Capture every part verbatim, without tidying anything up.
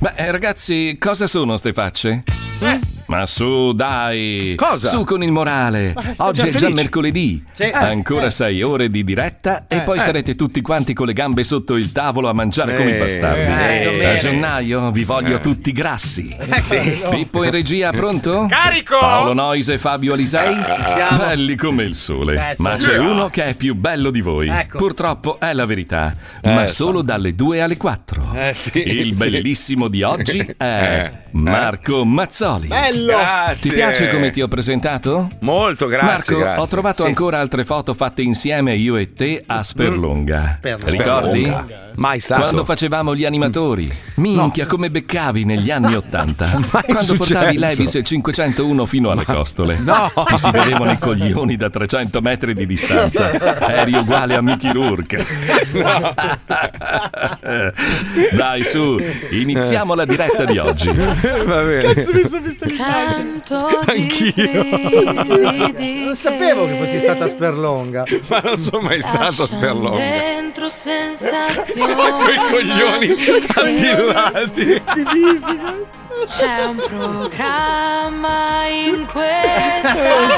Beh, ragazzi, cosa sono ste facce? Eh? Ma su, dai! Cosa? Su con il morale! Oggi è già mercoledì. Sì. Eh, Ancora eh. sei ore di diretta e Eh, poi eh. sarete tutti quanti con le gambe sotto il tavolo a mangiare come i Eh, bastardi. eh, A eh. gennaio vi voglio Eh. tutti grassi. Eh, sì. Pippo in regia, pronto? Carico! Paolo Noise e Fabio Alisei? siamo. Belli come il sole. Eh, sì. Ma c'è uno che è più bello di voi. Ecco. Purtroppo è la verità. Eh, ma so. solo dalle due alle quattro. Eh, sì, Il sì. bellissimo di oggi è Eh. Marco Mazzoli. Bello. Grazie. Ti piace come ti ho presentato? Molto, grazie. Marco, grazie. ho trovato Sì. ancora altre foto fatte insieme io e te a Sperlonga. Sperlonga. Ricordi? Sperlonga. Mai stato. Quando facevamo gli animatori. Minchia, come beccavi negli anni Ottanta. Quando successo? portavi Levis e cinquecentouno fino alle costole. No. Ti si vedevano i coglioni da trecento metri di distanza. Eri uguale a Mickey Rourke. Dai, su, iniziamo la diretta di oggi. Va bene. Cazzo, mi sono visto Canto Anch'io. Non sapevo che fossi stata Sperlonga. Ma non sono mai stato a Sperlonga. Dentro sensazioni. Quei coglioni attillati. C'è un programma in questa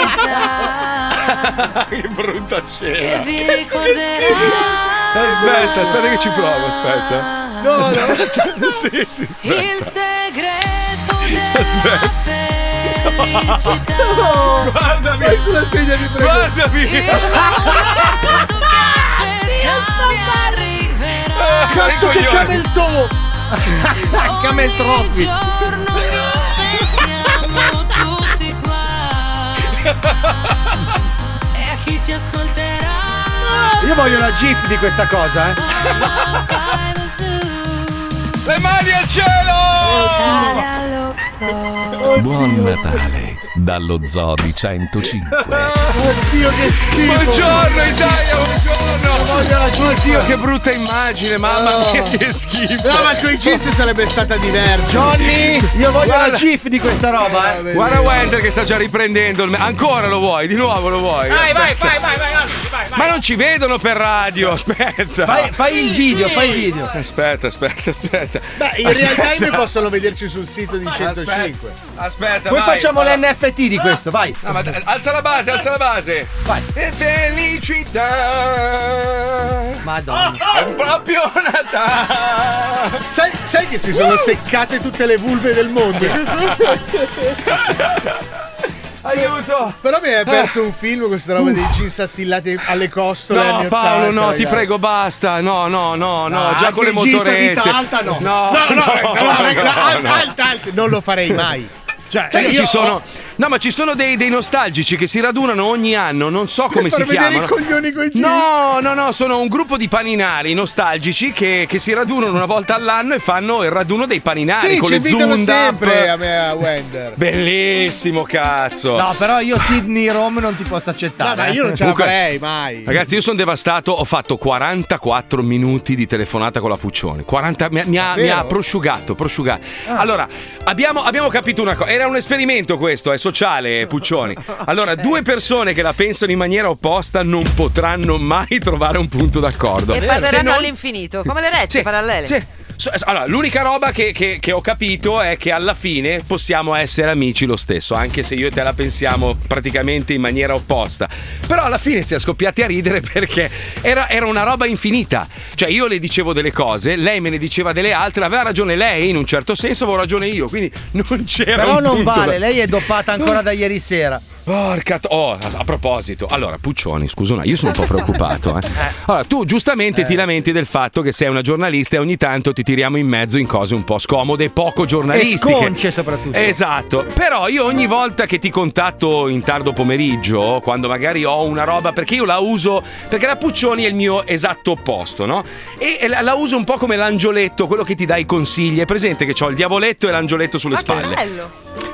città Che brutta che scena. vi ricorderà. Aspetta, aspetta che ci provo, aspetta. No, no. Sì, sì, sì. Il segreto della Aspetta. felicità. Guardami. Vai sulla sedia di prego. Guardami. Il momento che aspettavi arriverà. Cazzo che camel toe. Camel Ogni trophy. giorno vi aspettiamo tutti qua. E a chi ci ascolterà Io voglio una gif di questa cosa, eh. Le mani al cielo. Buon Natale dallo Zoo di centocinque. Oddio che schifo. Buongiorno Italia, buongiorno. Voglio la gif. Oddio che brutta immagine, mamma mia che schifo. No, ma con i jeans sarebbe stata diversa. Johnny, io voglio Guarda. la gif di questa roba, eh. Guarda Wender che sta già riprendendo il me- ancora lo vuoi, di nuovo lo vuoi. Vai, vai, Aspetta. vai, vai, vai, vai, vai, vai. Ma non ci vedono per radio, aspetta. Fai, fai il video, fai il video. Aspetta, aspetta, aspetta. Beh, in real time possono vederci sul sito di centocinque. Aspetta, Poi vai. facciamo l'N F T di questo, vai. No, ma dai, alza la base, alza la base. Vai. E felicità. Madonna. È proprio Natale. Sai, sai che si sono seccate tutte le vulve del mondo? Aiuto. Però mi hai aperto un film con questa roba dei jeans attillati alle costole. No, anni Paolo, ottanta, no, ti ragazzi. prego, basta. No, no, no, no, Ah, già con le anche i jeans a motorette. vita alta no. No, no, no, no, no, no, no, alt- no. alt- alt- non lo farei mai. Cioè, Sai che io ci sono. No, ma ci sono dei, dei nostalgici che si radunano ogni anno, non so come si far vedere chiamano. i coglioni coi jeans. No, no, no, sono un gruppo di paninari nostalgici che, che si radunano una volta all'anno e fanno il raduno dei paninari Sì, con ci le invitano Zundap. sempre a me a Wender. Bellissimo, cazzo. No, però io Sydney Rome non ti posso accettare. No, ma io non ce Comunque- la farei mai. Ragazzi, io sono devastato. Ho fatto quarantaquattro minuti di telefonata con la Puccioni. quaranta, mi, mi ha, mi ha Davvero? prosciugato, prosciugato. Allora, abbiamo, abbiamo capito una cosa. Era un esperimento questo, è sociale, Puccioni. Allora, due persone che la pensano in maniera opposta non potranno mai trovare un punto d'accordo. E Se parleranno non- all'infinito, come le rette Sì, parallele. sì. So- Allora, l'unica roba che, che- che ho capito è che alla fine possiamo essere amici lo stesso, anche se io e te la pensiamo praticamente in maniera opposta. Però alla fine si è scoppiati a ridere perché era, era una roba infinita. Cioè, io le dicevo delle cose, lei me ne diceva delle altre, aveva ragione lei in un certo senso, avevo ragione io, quindi non c'era Però un non punto vale, da- lei è doppata ancora da ieri sera. Porca to- oh, a proposito, allora Puccioni, scusa, no, io sono un po' preoccupato. Eh. Allora, tu giustamente ti lamenti del fatto che sei una giornalista e ogni tanto ti tiriamo in mezzo in cose un po' scomode e poco E giornalistiche. sconce soprattutto. Esatto, però io ogni volta che ti contatto in tardo pomeriggio, quando magari ho una roba, perché io la uso, perché la Puccioni è il mio esatto opposto, no? E e la, la uso un po' come l'angioletto, quello che ti dà i consigli. È presente che ho il diavoletto e l'angioletto sulle Ma che spalle. bello.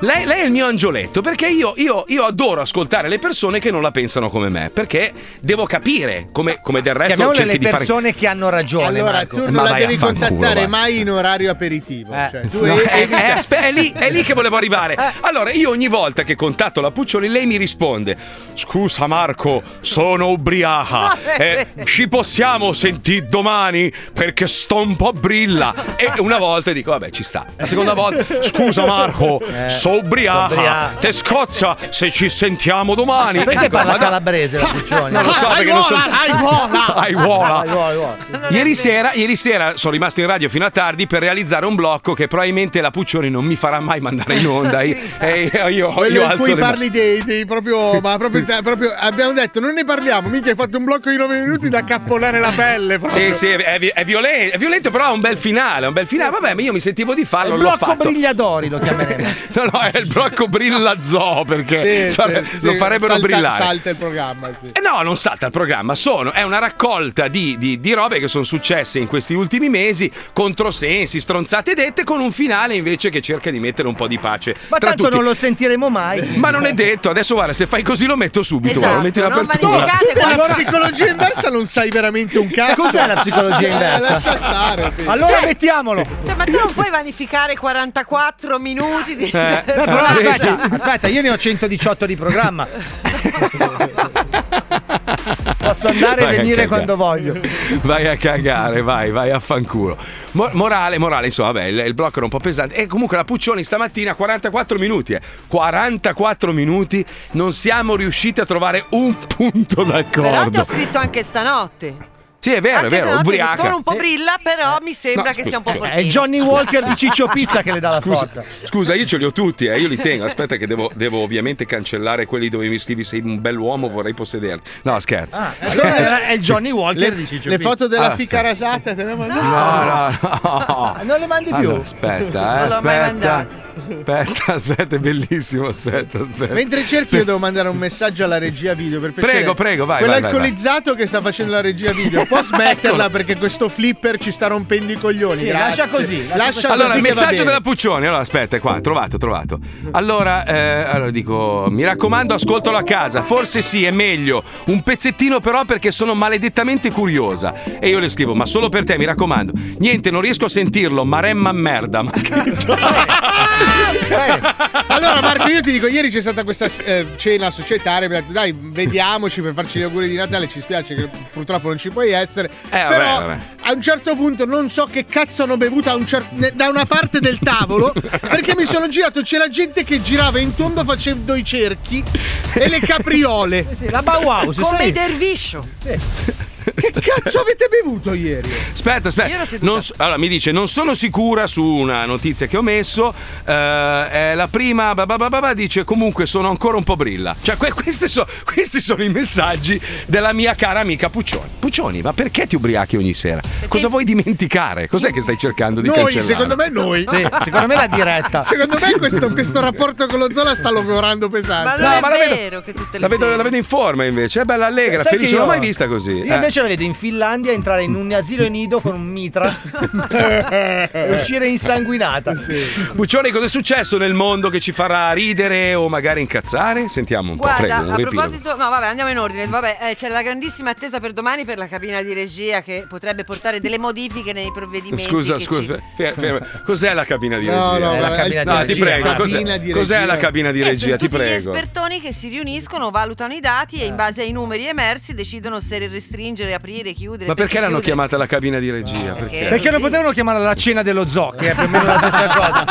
lei, lei è il mio angioletto, perché io, io, io adoro ascoltare le persone che non la pensano come me, perché devo capire, come, come del resto Chiamiamole cerchi le di fare. persone che hanno ragione. Allora, Marco. tu non Ma la vai devi a fanculo, contattare vai. mai in orario aperitivo. Eh. Cioè, tu No, e- è, evita- è- aspe- è lì, è lì che volevo arrivare. Allora, io ogni volta che contatto la Puccioni, lei mi risponde: scusa Marco, sono ubriaca. Eh, ci possiamo sentire domani? Perché sto un po' brilla. E una volta dico: vabbè, ci sta. La seconda volta: scusa Marco, sono ubriaca. ubriaca. Te scoccia se ci sentiamo domani. Perché E dico, parla "Ma no." calabrese la Puccioni? Non lo so, perché non so. Ai buona! Ai buona. Vai, vai, vai. Ieri sera, ieri sera sono rimasto in radio fino a tardi per realizzare un blocco che probabilmente la Puccioni non mi farà mai mandare in onda. E io, io, Quello io in alzo cui le parli dei, dei proprio, ma proprio, proprio abbiamo detto non ne parliamo, mica hai fatto un blocco di nove minuti da cappolare la pelle proprio. Sì, sì, è, vi- è violento, è violento, però ha un bel finale, un bel finale. Vabbè, ma io mi sentivo di farlo, Il l'ho blocco fatto. brigliadori lo chiameremo. No, no, è il blocco Brilla Zoo perché Sì, fare- sì, sì, lo sì, farebbero salta, brillare. salta il programma, sì. Eh no, non salta il programma, sono, è una raccolta di, di, di robe che sono successe in questi ultimi mesi, controsensi, stronzate dette, con un finale invece che cerca di mettere un po' di pace Ma tra tanto tutti. non lo sentiremo mai. Ma non è detto, adesso guarda, se fai così lo metto subito, guarda, lo metti in Esatto, non apertura. vanificate Della quando- psicologia inversa non sai veramente un cazzo. Cos'è la psicologia Eh, inversa? lascia stare, sì. Allora Cioè- mettiamolo. Cioè, ma tu non puoi vanificare quarantaquattro minuti di. No, però aspetta, aspetta, io ne ho centodiciotto di programma. Posso andare Vai e a venire cagare. quando voglio. Vai a cagare, vai, vai a fanculo. Mo- morale, morale, insomma, vabbè, il, il blocco era un po' pesante. E comunque la Puccioni stamattina, quarantaquattro minuti, eh. quarantaquattro minuti, non siamo riusciti a trovare un punto Però ti ho d'accordo. scritto anche stanotte. Sì, è vero, anche è vero, stanotte ubriaca. sono un po' Sì. brilla, però mi sembra No, che scusa, sia un po' cioè, fortino. È Johnny Walker di Ciccio Pizza che le dà la Scusa, forza. scusa, io ce li ho tutti, eh, io li tengo. Aspetta, che devo, devo ovviamente cancellare quelli dove mi scrivi sei un bell'uomo, vorrei possederti. No, scherzo. Ah, allora è il Johnny Walker Le, di Ciccio le Pizza. foto della Ah, fica rasata te le mando. No, no, no. Ah, non le mandi più? Allora, aspetta, eh, Non l'ho mai aspetta. mandato. Aspetta, aspetta, è bellissimo, aspetta, aspetta. Mentre cerchi io devo mandare un messaggio alla regia video per piacere. Prego, prego, vai, Quell'alcolizzato che sta facendo la regia video può smetterla perché questo flipper ci sta rompendo i coglioni. Sì, Grazie. lascia così, lascia Lascia così. Allora, così il che va messaggio bene. della Puccioni. Allora, aspetta, è qua, trovato, trovato. Allora, eh, allora dico, mi raccomando, ascoltalo a casa. Forse sì, è meglio. Un pezzettino però perché sono maledettamente curiosa. E io le scrivo, ma solo per te, mi raccomando. Niente, non riesco a sentirlo, maremma merda. Ma scritto. Allora Marco, io ti dico, ieri c'è stata questa eh, cena societaria, mi ha detto dai vediamoci per farci gli auguri di Natale, ci spiace che purtroppo non ci puoi essere, vabbè, però vabbè. a un certo punto non so che cazzo hanno bevuto a un cer- ne- da una parte del tavolo, perché mi sono girato, c'era gente che girava in tondo facendo i cerchi e le capriole. Sì, la Bauhaus, Come sai? i derviscio. Che cazzo avete bevuto ieri? Aspetta, Io aspetta. ero seduta. Non so- allora mi dice: non sono sicura su una notizia che ho messo. eh, è la prima. Ba ba ba ba ba, dice: comunque sono ancora un po' brilla. Cioè, que- questi, so- questi sono i messaggi della mia cara amica Puccioni. Puccioni, ma perché ti ubriachi ogni sera? Cosa vuoi dimenticare? Cos'è che stai cercando di Noi, cancellare? secondo me noi. Sì, secondo me la diretta. Secondo me questo, questo rapporto con lo Zola sta lavorando Ma pesante. non No, è ma la vedo- vero che tutte le La vedo, sere. la vedo in forma invece. È bella allegra, Sai che felice. io- Non l'ho mai vista così. Io eh. invece la vedo in Finlandia entrare in un asilo nido con un mitra e uscire insanguinata. Puccioni, cosa è successo nel mondo che ci farà ridere o magari incazzare? Sentiamo un po', Guarda, prego. Un a riepilogo. proposito, no, vabbè, andiamo in ordine. Vabbè, eh, c'è la grandissima attesa per domani per la cabina di regia che potrebbe portare delle modifiche nei provvedimenti. Scusa, che scusa, ci- fer- ferma. Cos'è la cabina di No, regia? no, È la vabbè, cabina di No, regia. ti prego, Cabina cos'è, di cos'è regia. la cabina di Eh, regia? sono Ti tutti gli prego. espertoni che si riuniscono, valutano i dati e in base ai numeri emersi decidono se restringere, aprire, chiudere. Ma perché l'hanno chiudere. chiamata la cabina di regia? Perché- Perché? Perché non potevano chiamarla la cena dello zoo, che è più o meno la stessa cosa.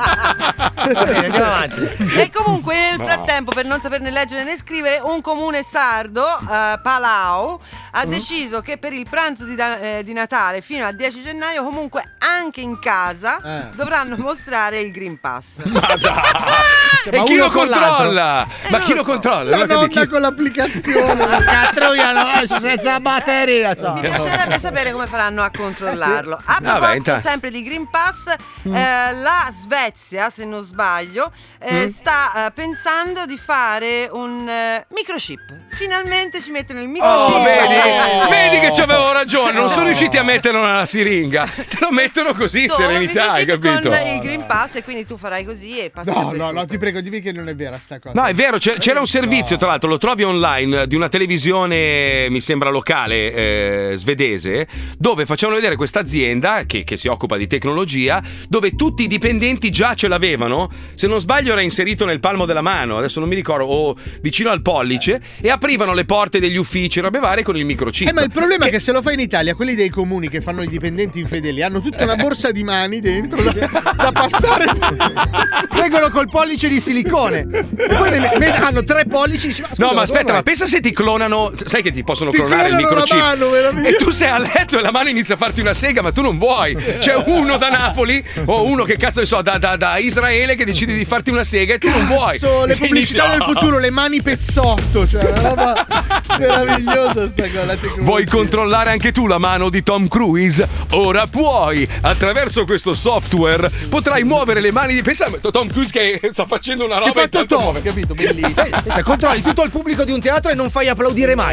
Va bene, andiamo avanti. E comunque nel frattempo, per non saperne leggere né scrivere, un comune sardo, eh, Palau, ha Mm. deciso che per il pranzo di, da- eh, di Natale fino al dieci gennaio, comunque anche in casa, Eh. dovranno mostrare il Green Pass. Cioè, E ma chi uno lo con l'altro. controlla? Eh, Ma non chi lo lo so. controlla? La Non ho capito nonna chi- con l'applicazione. Catruiano senza batteria, so. Mi piacerebbe sapere come faranno a controllarlo. A Vabbè, proposito intanto- sempre di Green Pass, eh, la Svezia, se non sbaglio, eh, sta eh, pensando di fare un eh, microchip finalmente ci mettono il microchip. Oh, vedi? Vedi che ci avevo ragione, non sono riusciti a metterlo nella siringa. Te lo mettono così, in Toma, serenità, hai microchip capito? con il Green Pass e quindi tu farai così e passi. No, no, no, ti prego, dimmi che non è vera sta cosa. No, è vero, c'è- c'era un servizio, tra l'altro, lo trovi online, di una televisione, mi sembra locale, eh, svedese, dove facevano vedere questa azienda che, che si occupa di tecnologia, dove tutti i dipendenti già ce l'avevano, se non sbaglio era inserito nel palmo della mano, adesso non mi ricordo, o vicino al pollice, e aprivano le porte degli uffici, robe varie con il microchip. Eh, ma il problema è che se lo fai in Italia, quelli dei comuni che fanno i dipendenti infedeli hanno tutta una borsa di mani dentro da, da passare. Vengono col pollice di silicone. E poi ne- ne- hanno tre pollici. Dici, ma scusa, No, ma aspetta, dove ma vai? pensa se ti clonano, sai che ti possono Ti clonare il clonano la microchip mano, veramente. e tu sei a letto e la mano inizia a farti una sega, ma tu non vuoi. C'è uno da Napoli o uno che cazzo ne so, da, da, da Israele che decide di farti una sega e tu non vuoi. Cazzo, le E pubblicità inizia- del futuro, le mani pezzotto, cioè una roba meravigliosa sta cosa, la tecnologia. Vuoi controllare anche tu la mano di Tom Cruise? Ora puoi! Attraverso questo software potrai muovere le mani di. Pensa a Tom Cruise che sta facendo una Che roba fa e intanto Totò, muove. capito? Bellissimo. Se controlli tutto il pubblico di un teatro e non fai applaudire mai.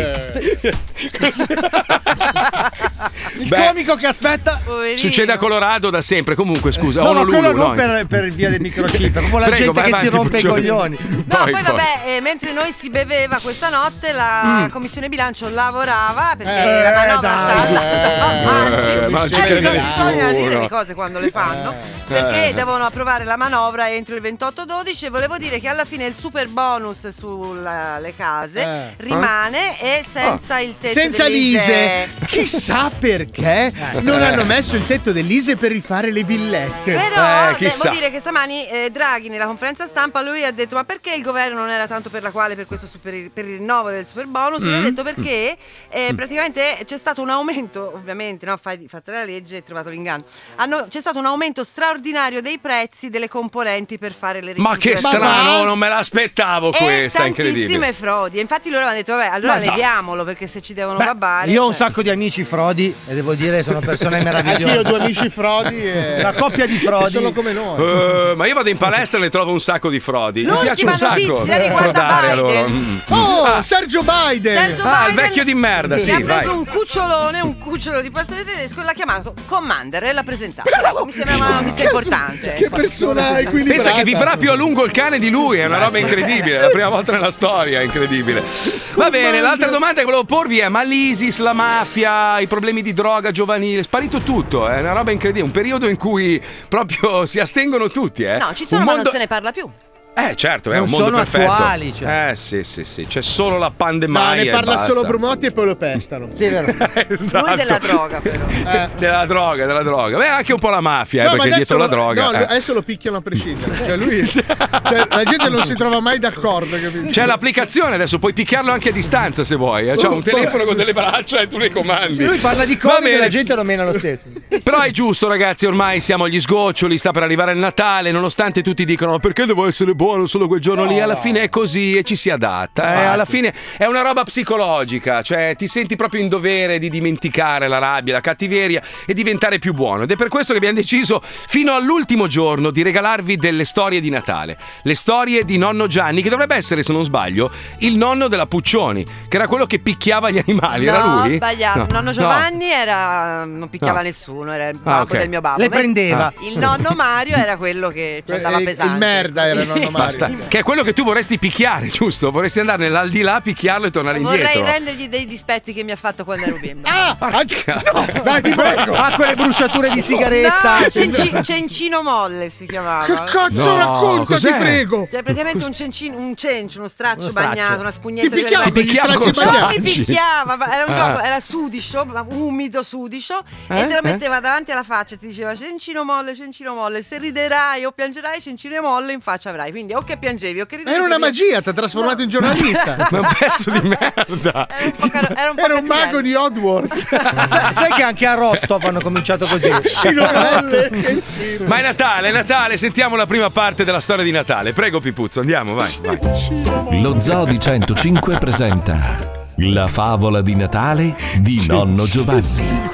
Il Beh, comico che aspetta. Poverino. succede a Colorado da sempre. Comunque, scusa, No, no, Honolulu, quello non no. per, per via del microchip, proprio la Prego, gente vai che si avanti, rompe i Puccioni. coglioni. No, Poi, poi, poi. vabbè, eh, mentre noi si beveva questa notte, la commissione bilancio lavorava perché Eh, la manovra dai, sta andando avanti. Eh, ma non ci Eh, crede bisogna- bisogna dire nessuno. le cose quando le fanno, perché devono approvare la manovra entro il ventotto dodici e volevo dire che alla fine il super bonus sulle case Eh. rimane e senza il tetto Senza dell'I S E E. l'I S E. Chissà perché non hanno messo il tetto dell'I S E E per rifare le villette. Però Eh, chissà. devo dire che stamani eh, Draghi nella conferenza stampa lui ha detto ma perché il governo non era tanto per la quale per questo super, per il rinnovo del super bonus? Lui ha detto perché eh, praticamente c'è stato un aumento, ovviamente, no, fai, fatta la legge e trovato l'inganno. Hanno, c'è stato un aumento straordinario dei prezzi delle componenti per fare le Ma che ristrutturazioni. strano, non me l'aspettavo E questa, tantissime incredibile. frodi. E infatti loro hanno detto vabbè, allora Ma no. leviamolo perché se ci devono Beh, babbare. io ho un cioè. sacco di amici frodi e devo dire sono persone Anch'io ho meravigliose. due amici frodi e La coppia di frodi. sono come noi. Eh, ma io vado in palestra e ne trovo un sacco di frodi. Mi L'ultima piace un sacco notizia riguarda frodare a Biden. loro. Mm. Oh, Sergio Biden! Sergio Ah, il Biden vecchio di merda, sì, ha vai. preso un cucciolone, un cucciolo di pastore tedesco e l'ha chiamato Commander e l'ha presentato. Mi sembra una notizia importante. Che persona equilibrata. Pensa che vivrà più a lungo il cane di lui, è una roba incredibile, è la prima volta nella storia, è incredibile. Va bene, l'altra domanda che volevo porvi è: ma l'ISIS, la mafia, i problemi di droga giovanile, è sparito tutto, è una roba incredibile, un periodo in cui proprio si astengono tutti, eh. No, ci sono, Un ma mondo- non se ne parla più. Eh, certo, è Non un mondo sono perfetto. attuali, cioè. Eh, sì, sì, sì, c'è solo la No, pandemia ne e parla basta. solo Brumotti e poi lo pestano. Sì, è vero. Esatto. Lui della droga, però. Eh. Della droga, della droga. Beh, anche un po' la mafia, eh, No, ma perché dietro adesso la lo- droga. no, eh. adesso lo picchiano a prescindere. Cioè, lui, cioè, la gente non si trova mai d'accordo, capito? C'è l'applicazione adesso, puoi picchiarlo anche a distanza se vuoi. Eh. C'ha un telefono con delle braccia e tu le comandi. Lui parla di Va Covid e bene. la gente lo mena lo stesso. Però è giusto, ragazzi, ormai siamo agli sgoccioli, sta per arrivare il Natale, nonostante tutti dicano "Ma perché devo essere buono solo quel giorno lì?" Alla fine è così e ci si adatta. eh. Alla fine è una roba psicologica, cioè ti senti proprio in dovere di dimenticare la rabbia, la cattiveria e diventare più buono. Ed è per questo che abbiamo deciso fino all'ultimo giorno di regalarvi delle storie di Natale. Le storie di nonno Gianni, che dovrebbe essere, se non sbaglio, il nonno della Puccioni, che era quello che picchiava gli animali. Era No, lui? sbagliato. No. Nonno Giovanni era non picchiava No. nessuno, era il Ah, babbo ok. del mio babbo. Le Mentre prendeva. Il nonno Mario era quello che ci andava Eh, pesante. il merda era nonno Mario. Basta. Che è quello che tu vorresti picchiare, giusto? Vorresti andare nell'aldilà, picchiarlo e tornare Vorrei indietro. rendergli dei dispetti che mi ha fatto quando ero bimbo. Ah, anche, no, dai, ti prego. Ah, quelle bruciature di sigaretta. No, cenci- cencino molle si Che chiamava. cazzo No, racconta, cos'è? ti prego. Cioè, praticamente un cencino, un cencio, uno straccio Uno straccio. bagnato, una spugnetta Ti di picchiava quelle con gli Picchiava con stracci lo No, bagnati. mi stracci. picchiava, ma era un Ah. gioco, era sudicio, ma umido sudicio, Eh? e te lo Eh? metteva davanti alla faccia e ti diceva cencino molle, cencino molle, se riderai o piangerai, cencino e molle in faccia avrai. Quindi o che piangevi o che ridevi. Era una magia, ti ha trasformato in giornalista. Ma un pezzo di merda. Era un po', car- era un po' Era un mago cattivello. di Hogwarts. Sai, sai che anche a Rostov hanno cominciato così. Cinolle, che schifo. Ma è Natale, è Natale, sentiamo la prima parte della storia di Natale. Prego Pipuzzo, andiamo, vai. vai. Lo Zoo di centocinque presenta la favola di Natale di nonno Giovanni.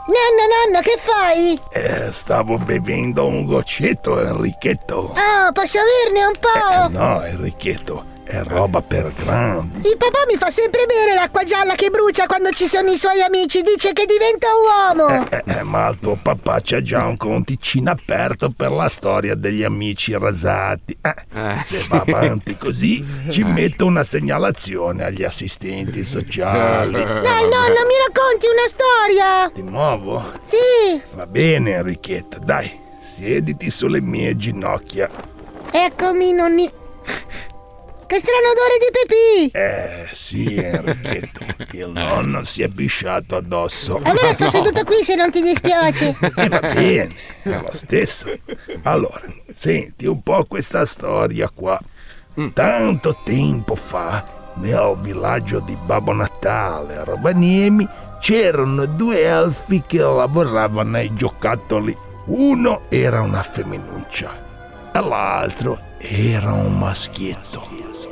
Nonno, nonno, che fai? Eh, stavo bevendo un goccetto, Enrichetto. Oh, posso averne un po'? Eh, no, Enrichetto, è roba per grandi. Il papà mi fa sempre bere l'acqua gialla che brucia quando ci sono i suoi amici. Dice che diventa uomo. Eh, eh, ma il tuo papà c'ha già un conticino aperto per la storia degli amici rasati. Eh, Eh, se sì. va avanti così, ci metto una segnalazione agli assistenti sociali. Dai, nonno, mi racconti una storia? Di nuovo? Sì. Va bene, Enrichetto, dai, siediti sulle mie ginocchia. Eccomi, nonni. Che strano odore di pipì. Eh, sì, Enrichetto, il nonno si è pisciato addosso. Allora sto seduta qui se non ti dispiace. E va bene, è lo stesso. Allora, senti un po' questa storia qua. Tanto tempo fa, nel villaggio di Babbo Natale a Rovaniemi, c'erano due elfi che lavoravano ai giocattoli. Uno era una femminuccia e l'altro era un maschietto.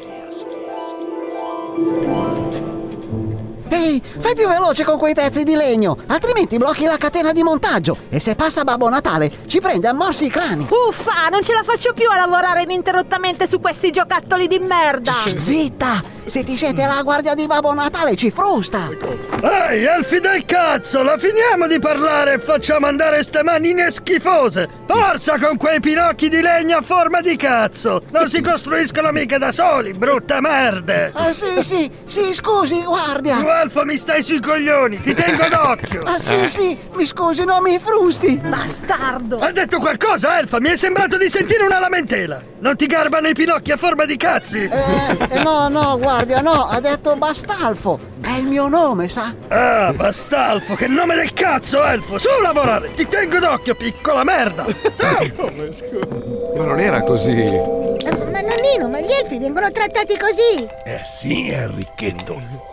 Ehi, fai più veloce con quei pezzi di legno, altrimenti blocchi la catena di montaggio e se passa Babbo Natale ci prende a morsi i crani. Uffa, non ce la faccio più a lavorare ininterrottamente su questi giocattoli di merda. Shh, zitta! Se ti siete la guardia di Babbo Natale ci frusta. Ehi, elfi del cazzo, la finiamo di parlare e facciamo andare ste manine schifose. Forza con quei pinocchi di legno a forma di cazzo. Non si costruiscono mica da soli, brutte merde. Ah, sì, sì, sì, scusi, guardia. Tu elfo mi stai sui coglioni, ti tengo d'occhio. Ah, sì, sì, mi scusi, non mi frusti. Bastardo. Ha detto qualcosa, elfa? Mi è sembrato di sentire una lamentela. Non ti garbano i pinocchi a forma di cazzi? Eh, eh, no, no, guardia, no, ha detto Bastalfo. È il mio nome, sa? Ah, Bastalfo, che nome del cazzo, elfo! Su lavorare! Ti tengo d'occhio, piccola merda! Su! Ma non era così. Ma nonnino, ma gli elfi vengono trattati così. Eh sì, Enrichetto.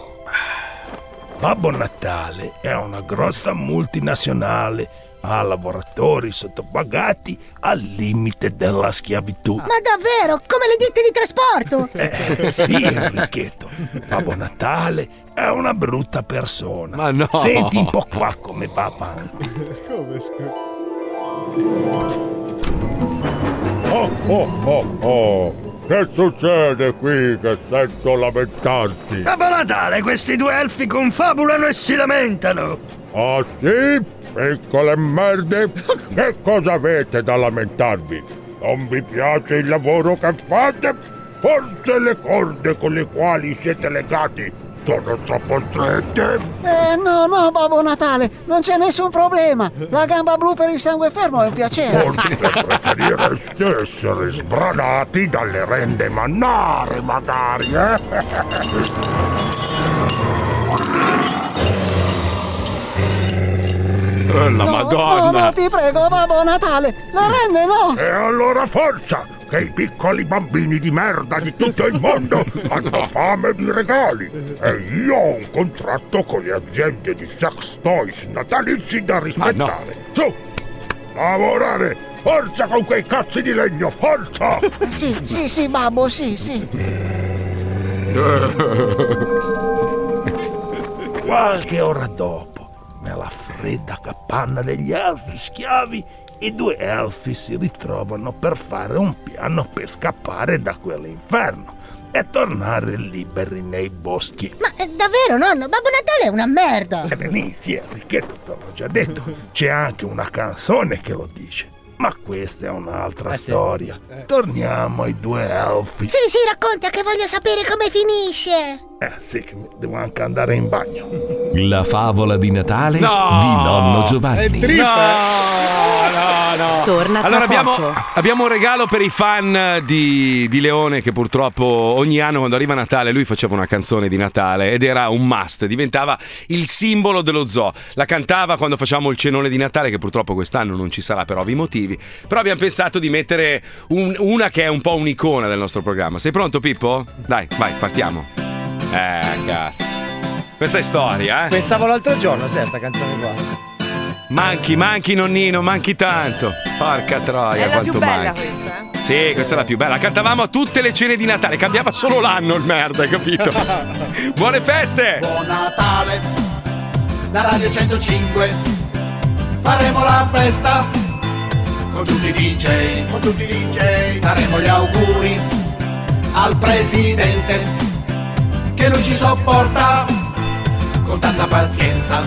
Babbo Natale è una grossa multinazionale, ha lavoratori sottopagati al limite della schiavitù. Ma davvero? Come le ditte di trasporto? Eh sì, Enrichetto. Babbo Natale è una brutta persona. Ma no. Senti un po' qua come va avanti. Come scusa? Oh, oh, oh, oh! Che succede qui che sento lamentarsi? Babbo Natale, questi due elfi confabulano e si lamentano. Ah sì? Piccole merde? Che cosa avete da lamentarvi? Non vi piace il lavoro che fate? Forse le corde con le quali siete legati sono troppo strette? Eh, no, no, Babbo Natale, non c'è nessun problema. La gamba blu per il sangue fermo è un piacere. Forse preferireste essere sbranati dalle rende mannare, magari, eh? Oh, la no, Madonna! No, no, ti prego, Babbo Natale, la renne no! E allora forza! Che i piccoli bambini di merda di tutto il mondo hanno fame di regali! E io ho un contratto con le aziende di sex toys natalizi da rispettare! No. Su! Lavorare! Forza con quei cazzi di legno! Forza! Sì, sì, sì, babbo, sì, sì. Qualche ora dopo, nella fredda capanna degli elfi schiavi, i due elfi si ritrovano per fare un piano per scappare da quell'inferno e tornare liberi nei boschi. Ma eh, davvero, nonno? Babbo Natale è una merda. E beh, sì, Enrichetto, te l'ho già detto. C'è anche una canzone che lo dice. Ma questa è un'altra Eh, sì. storia. Eh. Torniamo ai due elfi. Sì, sì, racconta che voglio sapere come finisce. Eh sì, che devo anche andare in bagno. La favola di Natale No! di nonno Giovanni. No, no, no. Torna tra allora abbiamo, poco. abbiamo un regalo per i fan di, di Leone, che purtroppo ogni anno quando arriva Natale lui faceva una canzone di Natale ed era un must, diventava il simbolo dello zoo. La cantava quando facciamo il cenone di Natale, che purtroppo quest'anno non ci sarà per ovvi motivi, però abbiamo pensato di mettere un- una che è un po' un'icona del nostro programma. Sei pronto, Pippo? Dai, vai, partiamo. Eh, cazzo. Questa è storia, eh? Pensavo l'altro giorno, sai, sta canzone qua. Manchi, manchi nonnino, manchi tanto. Porca troia, È la quanto più bella manchi. questa, eh? Sì, questa è la più bella. La cantavamo a tutte le cene di Natale, cambiava solo l'anno il merda, hai capito? Buone feste! Buon Natale, da Radio centocinque faremo la festa con tutti i D J, con tutti i D J. Faremo gli auguri al presidente che lui ci sopporta con tanta pazienza.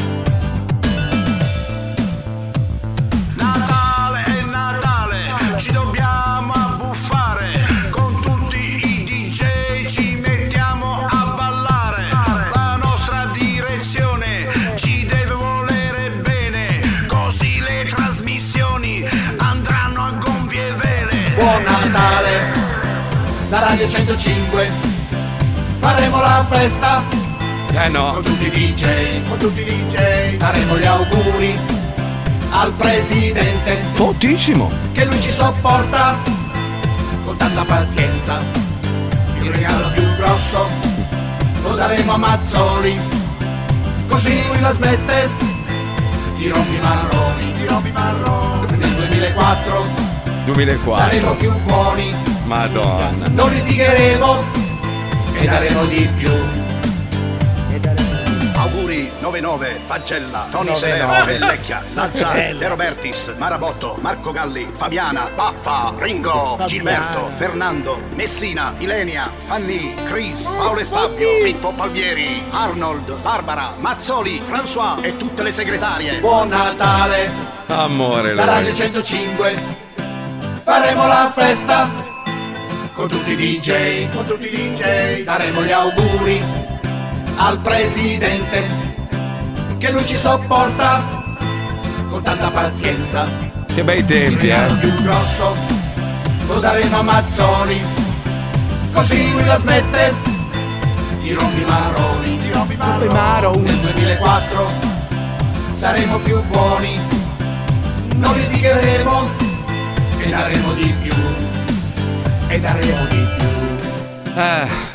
Natale è Natale, ci dobbiamo abbuffare, con tutti i D J ci mettiamo a ballare. La nostra direzione ci deve volere bene, così le trasmissioni andranno a gonfie vele. Buon Natale da Radio centocinque, faremo la festa Eh no. con tutti i D J, con tutti i D J. Faremo gli auguri al presidente Fortissimo. che lui ci sopporta con tanta pazienza. Il regalo più grosso lo daremo a Mazzoli, così lui la smette di rompi marroni, di rompi marroni. Nel duemilaquattro duemilaquattro. saremo più buoni, Madonna. non litigheremo e daremo di più. Auguri novantanove, Faggella, Tony Severo, Bellecchia, Lazzaro, De Robertis, Marabotto, Marco Galli, Fabiana, Pappa, Ringo, Gilberto, Fernando, Messina, Ilenia, Fanny, Chris, Paolo e Fabio, Pippo Palmieri, Arnold, Barbara, Mazzoli, François e tutte le segretarie. Buon Natale Amore, da lui. Radio centocinque, faremo la festa con tutti i D J, con tutti i D J. Daremo gli auguri al presidente che lui ci sopporta con tanta pazienza. Che bei tempi, Il regalo eh. più grosso lo daremo a Mazzoli, così lui la smette di rompi marroni, di rompi marroni. Nel duemilaquattro saremo più buoni, non litigheremo e daremo di più, e daremo di più. Eh.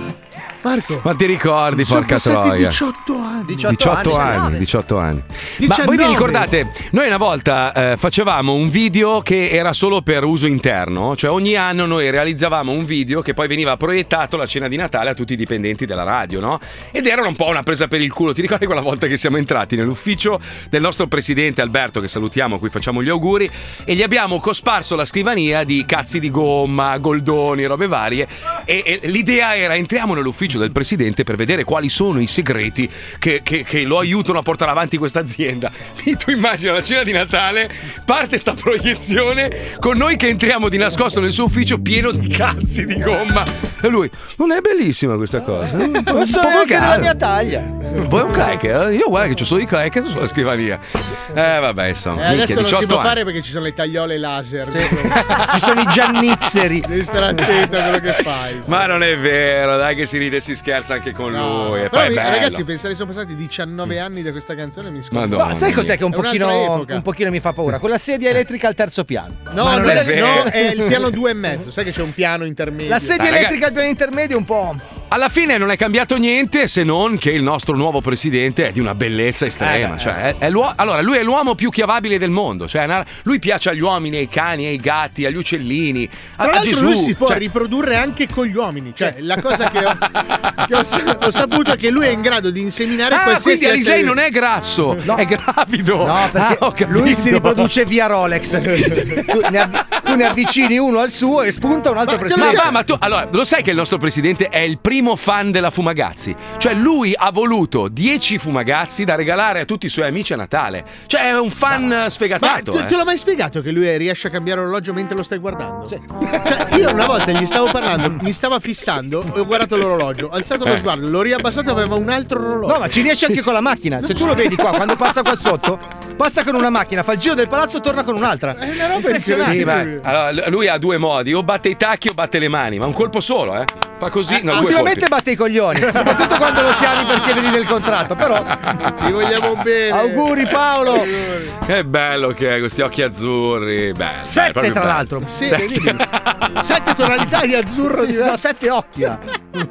Marco, Ma ti ricordi, sono porca passati troia? diciotto anni. diciotto anni, diciotto anni. Ma diciannove. voi vi ricordate, noi una volta eh, facevamo un video che era solo per uso interno, cioè ogni anno noi realizzavamo un video che poi veniva proiettato la cena di Natale a tutti i dipendenti della radio, no? Ed era un po' una presa per il culo. Ti ricordi quella volta che siamo entrati nell'ufficio del nostro presidente Alberto, che salutiamo, a cui facciamo gli auguri, e gli abbiamo cosparso la scrivania di cazzi di gomma, goldoni, robe varie, e, e l'idea era: entriamo nell'ufficio del presidente per vedere quali sono i segreti che, che, che lo aiutano a portare avanti questa azienda. E tu immagina la cena di Natale, parte sta proiezione con noi che entriamo di nascosto nel suo ufficio pieno di cazzi di gomma, e lui: non è bellissima questa cosa? Non so neanche della mia taglia. Vuoi un cracker? Io guarda che ci sono i cracker sulla scrivania. Eh vabbè, insomma, Eh, minchia, adesso non si diciotto può anni. fare perché ci sono le tagliole laser. Ci sono i giannizzeri. Devi stare attento a quello che fai. sì. Ma non è vero, dai, che si ride e si scherza anche con No, lui. E però poi è mi- bello. ragazzi, pensare sono passati diciannove anni da questa canzone, mi scuso. Madonna Ma sai cos'è che un È un'altra pochino, epoca. un pochino mi fa paura? Quella sedia elettrica al terzo piano. No, Ma non quella- è vero. no, è il piano due e mezzo. Sai che c'è un piano intermedio. La sedia Dai, elettrica al piano intermedio è un po'. Alla fine non è cambiato niente, se non che il nostro nuovo presidente è di una bellezza estrema. Eh, cioè, è, è l'uo- allora, lui è l'uomo più chiavabile del mondo. Cioè, una- lui piace agli uomini, ai cani, ai gatti, agli uccellini, a, Tra a l'altro Gesù. lui si può Cioè, riprodurre anche con gli uomini. Cioè, la cosa che ho, che ho sa- ho saputo è che lui è in grado di inseminare ah, qualsiasi quindi Alisei essere- non è grasso, è gravido. No, perché Ah, ho capito. lui si riproduce via Rolex. tu, ne avvi- tu ne avvicini uno al suo e spunta un altro Ma, presidente. va, ma tu, allora, lo sai che il nostro presidente è il primo fan della Fumagazzi? Cioè, lui ha voluto dieci Fumagazzi da regalare a tutti i suoi amici a Natale. Cioè, è un fan Ma sfegatato. te, eh. te l'ho mai spiegato che lui riesce a cambiare orologio mentre lo stai guardando? Cioè, io una volta gli stavo parlando, mi stava fissando, ho guardato l'orologio, ho alzato lo Eh. sguardo, l'ho riabbassato, aveva un altro orologio. No, ma ci riesce anche con la macchina. Se tu lo vedi qua, quando passa qua sotto, passa con una macchina, fa il giro del palazzo, torna con un'altra. È una roba impressionante. Sì, ma, allora, lui ha due modi: o batte i tacchi o batte le mani, ma un colpo solo, eh. Fa così, no, due Ultimamente colpi. batte i coglioni, soprattutto quando lo chiami per chiedergli del contratto. Però ti vogliamo bene. Auguri Paolo. Che bello che è, questi occhi azzurri. Bello, Sette, bello, proprio tra bello. l'altro. Sì, Sette. vedi? Sette tonalità di azzurro Sì, diverse. no, sette occhi. ha.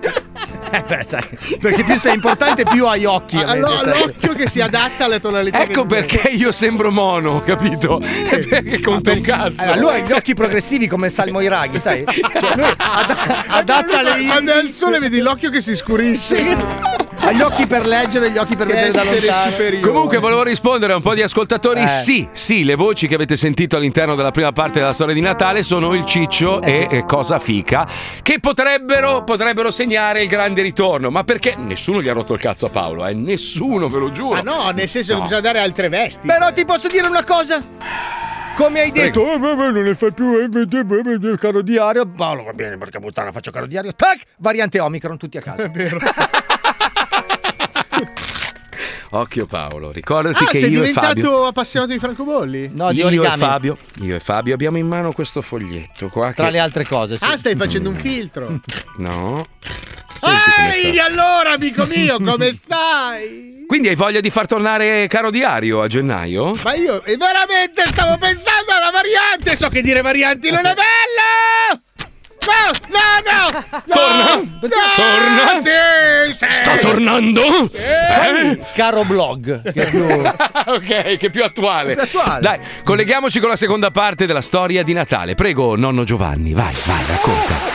Eh beh, sai, perché più sei importante, più hai occhi. a Allora, mettere sette. l'occhio che si adatta alle tonalità. Ecco che- perché io sembro mono, capito? Perché conta un cazzo. Allora, lui ha gli occhi progressivi come Salmo Iraghi, sai? Cioè, lui ad- adatta le Quando è al sole vedi l'occhio che si scurisce. Ha gli occhi per leggere e gli occhi per Che vedere da essere lontano. superiore. Comunque volevo rispondere a un po' di ascoltatori. Eh. Sì, sì, le voci che avete sentito all'interno della prima parte della storia di Natale sono il Ciccio Eh, e sì. e Cosa Fica, che potrebbero, potrebbero segnare il grande ritorno. Ma perché nessuno gli ha rotto il cazzo a Paolo? Eh? Nessuno, ve lo giuro. Ma no, nel senso No. che bisogna dare altre vesti. Però ti posso dire una cosa? Come hai detto, eh, beh, beh, non ne fai più eh, beh, beh, beh, beh, caro diario. Paolo, va bene, perché puttana faccio caro diario. Tac! Variante Omicron, tutti a casa. È vero. Occhio Paolo, ricordati Ah, che sei io e diventato Fabio, appassionato di francobolli? No, di io e origami. Fabio, io e Fabio abbiamo in mano questo foglietto qua. Tra che- le altre cose, sì. Ah, stai facendo un filtro. No. Senti come Ehi, sta. allora, amico mio, come stai? Quindi hai voglia di far tornare caro diario a gennaio? Ma io eh, veramente stavo pensando alla variante. So che dire varianti non è bello. No, no, no. no Torna? No, Torna? Sì, sì. Sta tornando? Fai caro blog. Che è più... Ok, che è più attuale. Più attuale. Dai, colleghiamoci con la seconda parte della storia di Natale. Prego, nonno Giovanni, vai, vai, racconta.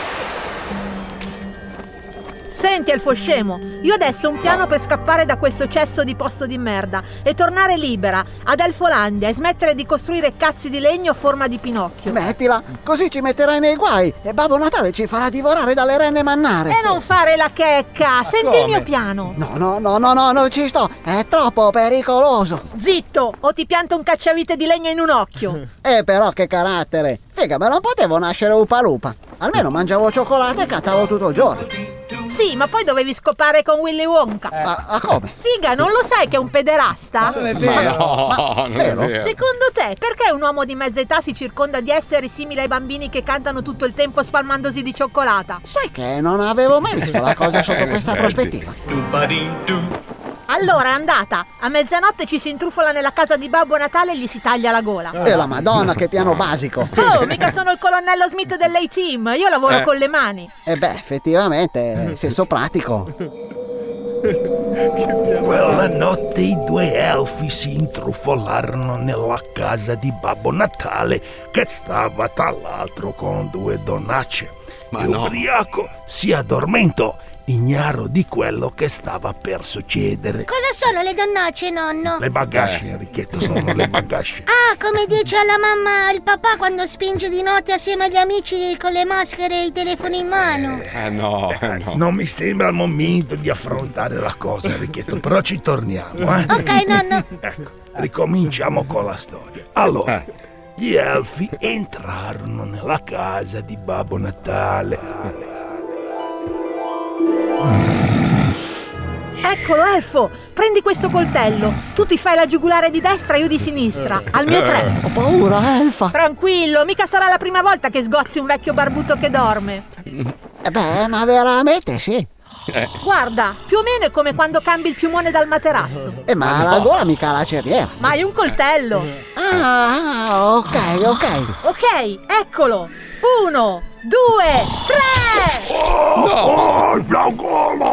Senti, Elfo scemo, io adesso ho un piano per scappare da questo cesso di posto di merda e tornare libera ad Elfolandia e smettere di costruire cazzi di legno a forma di Pinocchio. Mettila, così ci metterai nei guai e Babbo Natale ci farà divorare dalle renne mannare. E non fare la checca, senti come? il mio piano. No, no, no, no, no, non ci sto, è troppo pericoloso. Zitto, o ti pianto un cacciavite di legno in un occhio. Eh, però che carattere. Figa, ma non potevo nascere Upa Lupa. Almeno mangiavo cioccolata e cattavo tutto il giorno. Sì, ma poi dovevi scopare con Willy Wonka. Ma, ma come? Figa, non lo sai che è un pederasta? Non è Ma vero. no, non è vero? vero. Secondo te, perché un uomo di mezza età si circonda di esseri simili ai bambini che cantano tutto il tempo spalmandosi di cioccolata? Sai che non avevo mai visto la cosa sotto questa prospettiva. Allora è andata. A mezzanotte ci si intrufola nella casa di Babbo Natale e gli si taglia la gola. E la Madonna, che piano basico. Oh, mica sono il colonnello Smith dell'A-Team. Io lavoro Eh. con le mani. E beh, effettivamente, senso pratico. Quella notte i due elfi si intrufolarono nella casa di Babbo Natale, che stava tra l'altro con due donacce. Ma e no. ubriaco si addormentò, ignaro di quello che stava per succedere. Cosa sono le donnacce, nonno? Le bagasce, Eh. Enrichetto, sono le bagasce. Ah, come dice alla mamma il papà quando spinge di notte assieme agli amici con le maschere e i telefoni in mano. Eh no, eh no. Non mi sembra il momento di affrontare la cosa, Enrichetto, però ci torniamo, eh? Ok, nonno. Ecco, ricominciamo con la storia. Allora, Eh. gli elfi entrarono nella casa di Babbo Natale. Eccolo, Elfo. Prendi questo coltello. Tu ti fai la giugulare di destra e io di sinistra. Al mio tre. Ho paura, Elfa. Tranquillo, mica sarà la prima volta che sgozzi un vecchio barbuto che dorme. Eh beh, ma veramente sì. Guarda, più o meno è come quando cambi il piumone dal materasso. Eh, ma la gola mica la cerriera. Ma hai un coltello. Ah, ok, ok. Ok, eccolo. Uno, due, tre. Oh, la gola!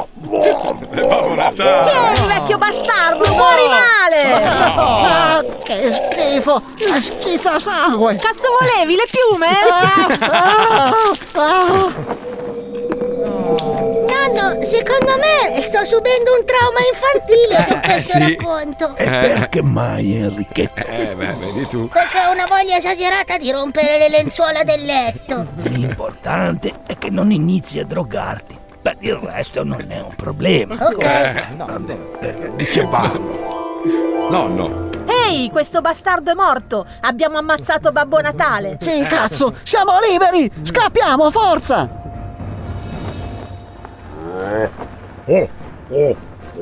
Tieni, vecchio bastardo, muori male. Ah, che schifo! Schizza sangue! Cazzo volevi, le piume? Ah, ah. Nonno, secondo me sto subendo un trauma infantile con questo sì. racconto. E perché mai, Enrichetto? Eh, beh, vedi tu. Perché ho una voglia esagerata di rompere le lenzuola del letto. L'importante è che non inizi a drogarti. Per il resto non è un problema. Ok. Eh, dicevamo. Nonno. Ehi, questo bastardo è morto. Abbiamo ammazzato Babbo Natale. Sì, cazzo! Siamo liberi! Scappiamo, forza! Oh, oh, oh,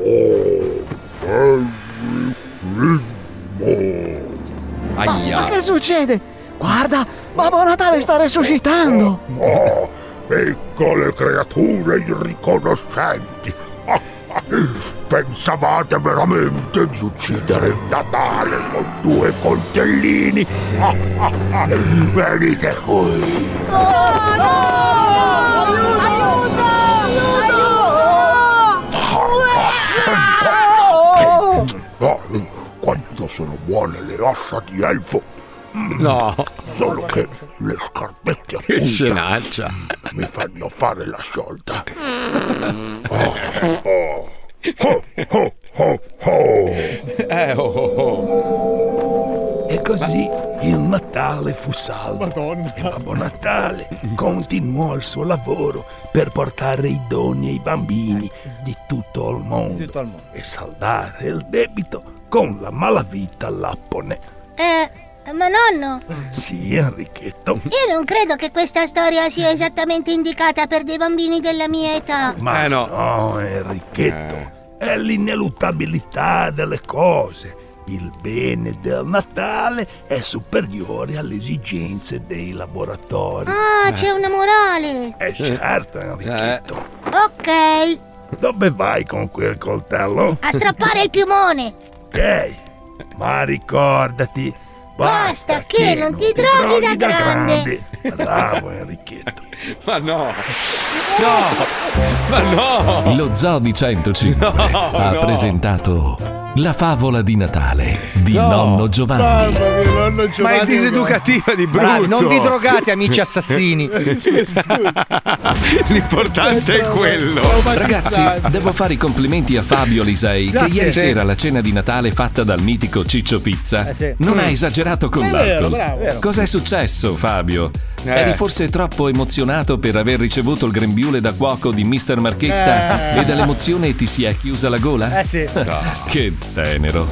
Merry Christmas. Ma Aia. che succede? Guarda, Babbo Natale sta resuscitando! Oh, piccole creature irriconoscenti. Pensavate veramente di uccidere il Natale con due coltellini? Venite qui. Oh, no! Aiuto! Oh, quanto sono buone le ossa di elfo. No. Solo che le scarpette a Che punta scenaccia. mi fanno fare la sciolta. Oh, oh, oh, oh, oh. Eh, oh, oh, oh. E così il Natale fu salvo. Madonna. E Babbo Natale continuò il suo lavoro per portare i doni ai bambini di tutto il mondo, Tutto al mondo. e saldare il debito con la malavita Lappone. Eh, ma nonno, Sì, Enrichetto. io non credo che questa storia sia esattamente indicata per dei bambini della mia età. Ma Eh, no. no, Enrichetto. È l'ineluttabilità delle cose. Il bene del Natale è superiore alle esigenze dei lavoratori. Ah, c'è una morale. Eh certo, Enrichetto. Ok, Dove vai con quel coltello? a strappare il piumone. Ok, ma ricordati, Basta che non ti droghi da grande. Bravo Enrichetto. Ma no. No. Ma no. Lo Zoo di centocinque No, ha no. presentato la favola di Natale di No. nonno Giovanni. Mamma mia, nonno Ma Giovanni. è diseducativa di brutto. Bravi, non vi drogate, amici assassini. L'importante è quello. Ragazzi, devo fare i complimenti a Fabio Lisei, che Grazie. ieri Sì. sera alla cena di Natale fatta dal mitico Ciccio Pizza Eh, sì. non Mm. ha esagerato con È vero, l'alcol. bravo. Vero. Cos'è successo, Fabio? Eh. Eri forse troppo emozionato per aver ricevuto il grembiule da cuoco di mister Marchetta Eh. e dall'emozione ti si è chiusa la gola? Eh sì. Che tenero.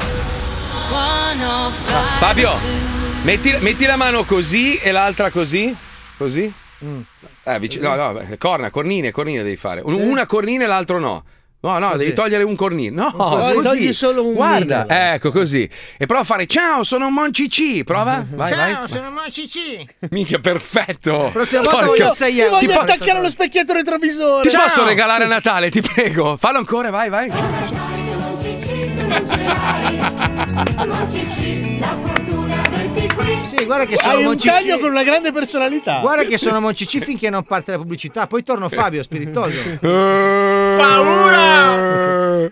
Fabio, metti, metti la mano così e l'altra così. Così? Eh, vicino, no, no, corna, cornine, cornine devi fare. Un- Una cornina e l'altro no. No, no, Così. devi togliere un cornino. No, Togli- così. togli solo un Guarda, mignolo. ecco così. E prova a fare ciao, sono Monci C. Prova, vai, vai. sono Moci C. Minchia, perfetto. Prossima volta Porca- voglio sei Ti euro. voglio attaccare allo specchietto retrovisore. Ti posso regalare a Natale, ti prego. Fallo ancora, vai, vai. Sì, guarda che sono Hai un Monci taglio C. con una grande personalità. Guarda che sono Monci C finché non parte la pubblicità. Poi torno Fabio, spiritoso. Paura!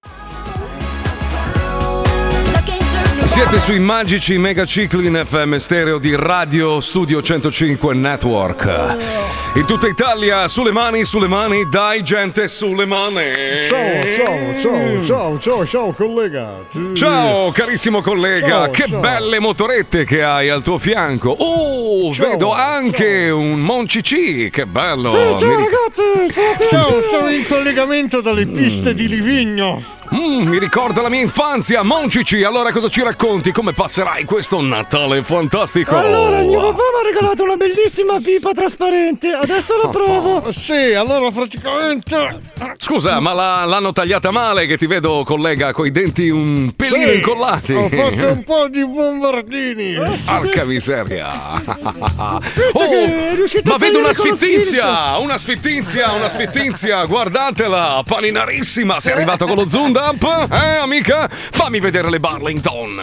Siete sui magici megacicli in F M stereo di Radio Studio centocinque Network. In tutta Italia, sulle mani, sulle mani, dai gente, sulle mani. Ciao, ciao, ciao, ciao, ciao, ciao, collega. Ciao carissimo collega, Ciao, che ciao. belle motorette che hai al tuo fianco. Oh, Ciao, vedo anche un Monci C, che bello. Sì, ciao Mi ric- ragazzi, ciao, sono in collegamento dalle piste di Livigno. Mm, mi ricorda la mia infanzia, Monci C. Allora cosa ci racconti? Come passerai questo Natale fantastico? Allora, il mio papà mi ha regalato una bellissima pipa trasparente. Adesso la provo. Sì, allora praticamente. Scusa, ma la- l'hanno tagliata male che ti vedo collega coi denti un pelino Sì, incollati. Ho fatto un po' di bombardini. Porca miseria. Pensa che è riuscito ma a vedo una salire con lo sfittizia, una sfittizia, una sfittizia. Guardatela, paninarissima. Sei arrivato con lo Zundap? Eh, amica? Fammi vedere le Burlington.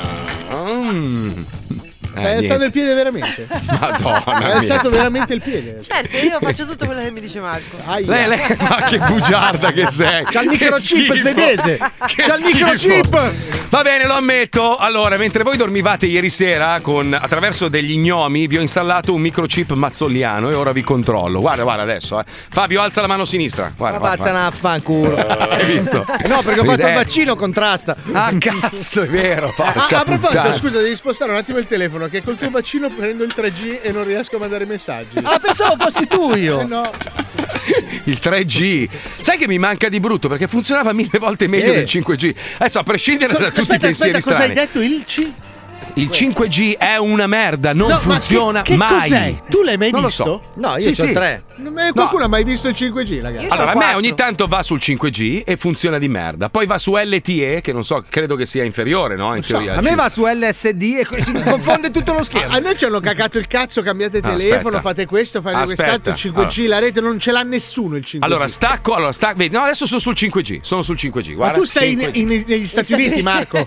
Mm. Hai Eh, alzato niente. il piede veramente? Madonna Hai mia. alzato veramente il piede? Certo, io faccio tutto quello che mi dice Marco. Aia. Lei, lei, ma che bugiarda che sei! C'ha il Che microchip schifo. svedese. Che C'ha il schifo. microchip. Va bene, lo ammetto. Allora, mentre voi dormivate ieri sera con attraverso degli gnomi, vi ho installato un microchip mazzolliano e ora vi controllo. Guarda, guarda adesso, eh. Fabio, alza la mano sinistra. Guarda, Ma guarda, vattene a fanculo. Hai visto? No, perché ho fatto il Eh. vaccino, contrasta. Ah, cazzo, è vero. Ah, Porca a proposito, puttana. scusa, devi spostare un attimo il telefono che col tuo vaccino prendo il tre G e non riesco a mandare messaggi. Ah, pensavo fossi tu io. Eh no. Il tre G. Sai che mi manca di brutto perché funzionava mille volte meglio Eh. del cinque G. Adesso, a prescindere da tutti i Aspetta, pensieri aspetta, cosa hai strani, detto? Il C? il cinque G è una merda, non No, ma funziona che, che mai. cos'è? Tu l'hai mai Non lo visto? so. No, io Sì, c'ho sì. tre. Non- eh, Qualcuno ha mai visto il cinque G, ragazzi? Io Allora, a c'ho me quattro. ogni tanto va sul cinque G e funziona di merda. Poi va su L T E, che non so, credo che sia inferiore, no? In teoria. A me va su L S D e si confonde tutto lo schermo. A noi ci hanno cacato il cazzo, cambiate Ah, telefono, aspetta. fate questo, fate Aspetta. quest'altro, il cinque G, la rete non ce l'ha nessuno il cinque G. Allora, stacco, allora stacco. Vedi, no, adesso sono sul cinque G. Sono sul cinque G. Ma Guarda, tu sei in- cinque G. in- negli Stati Uniti, Marco.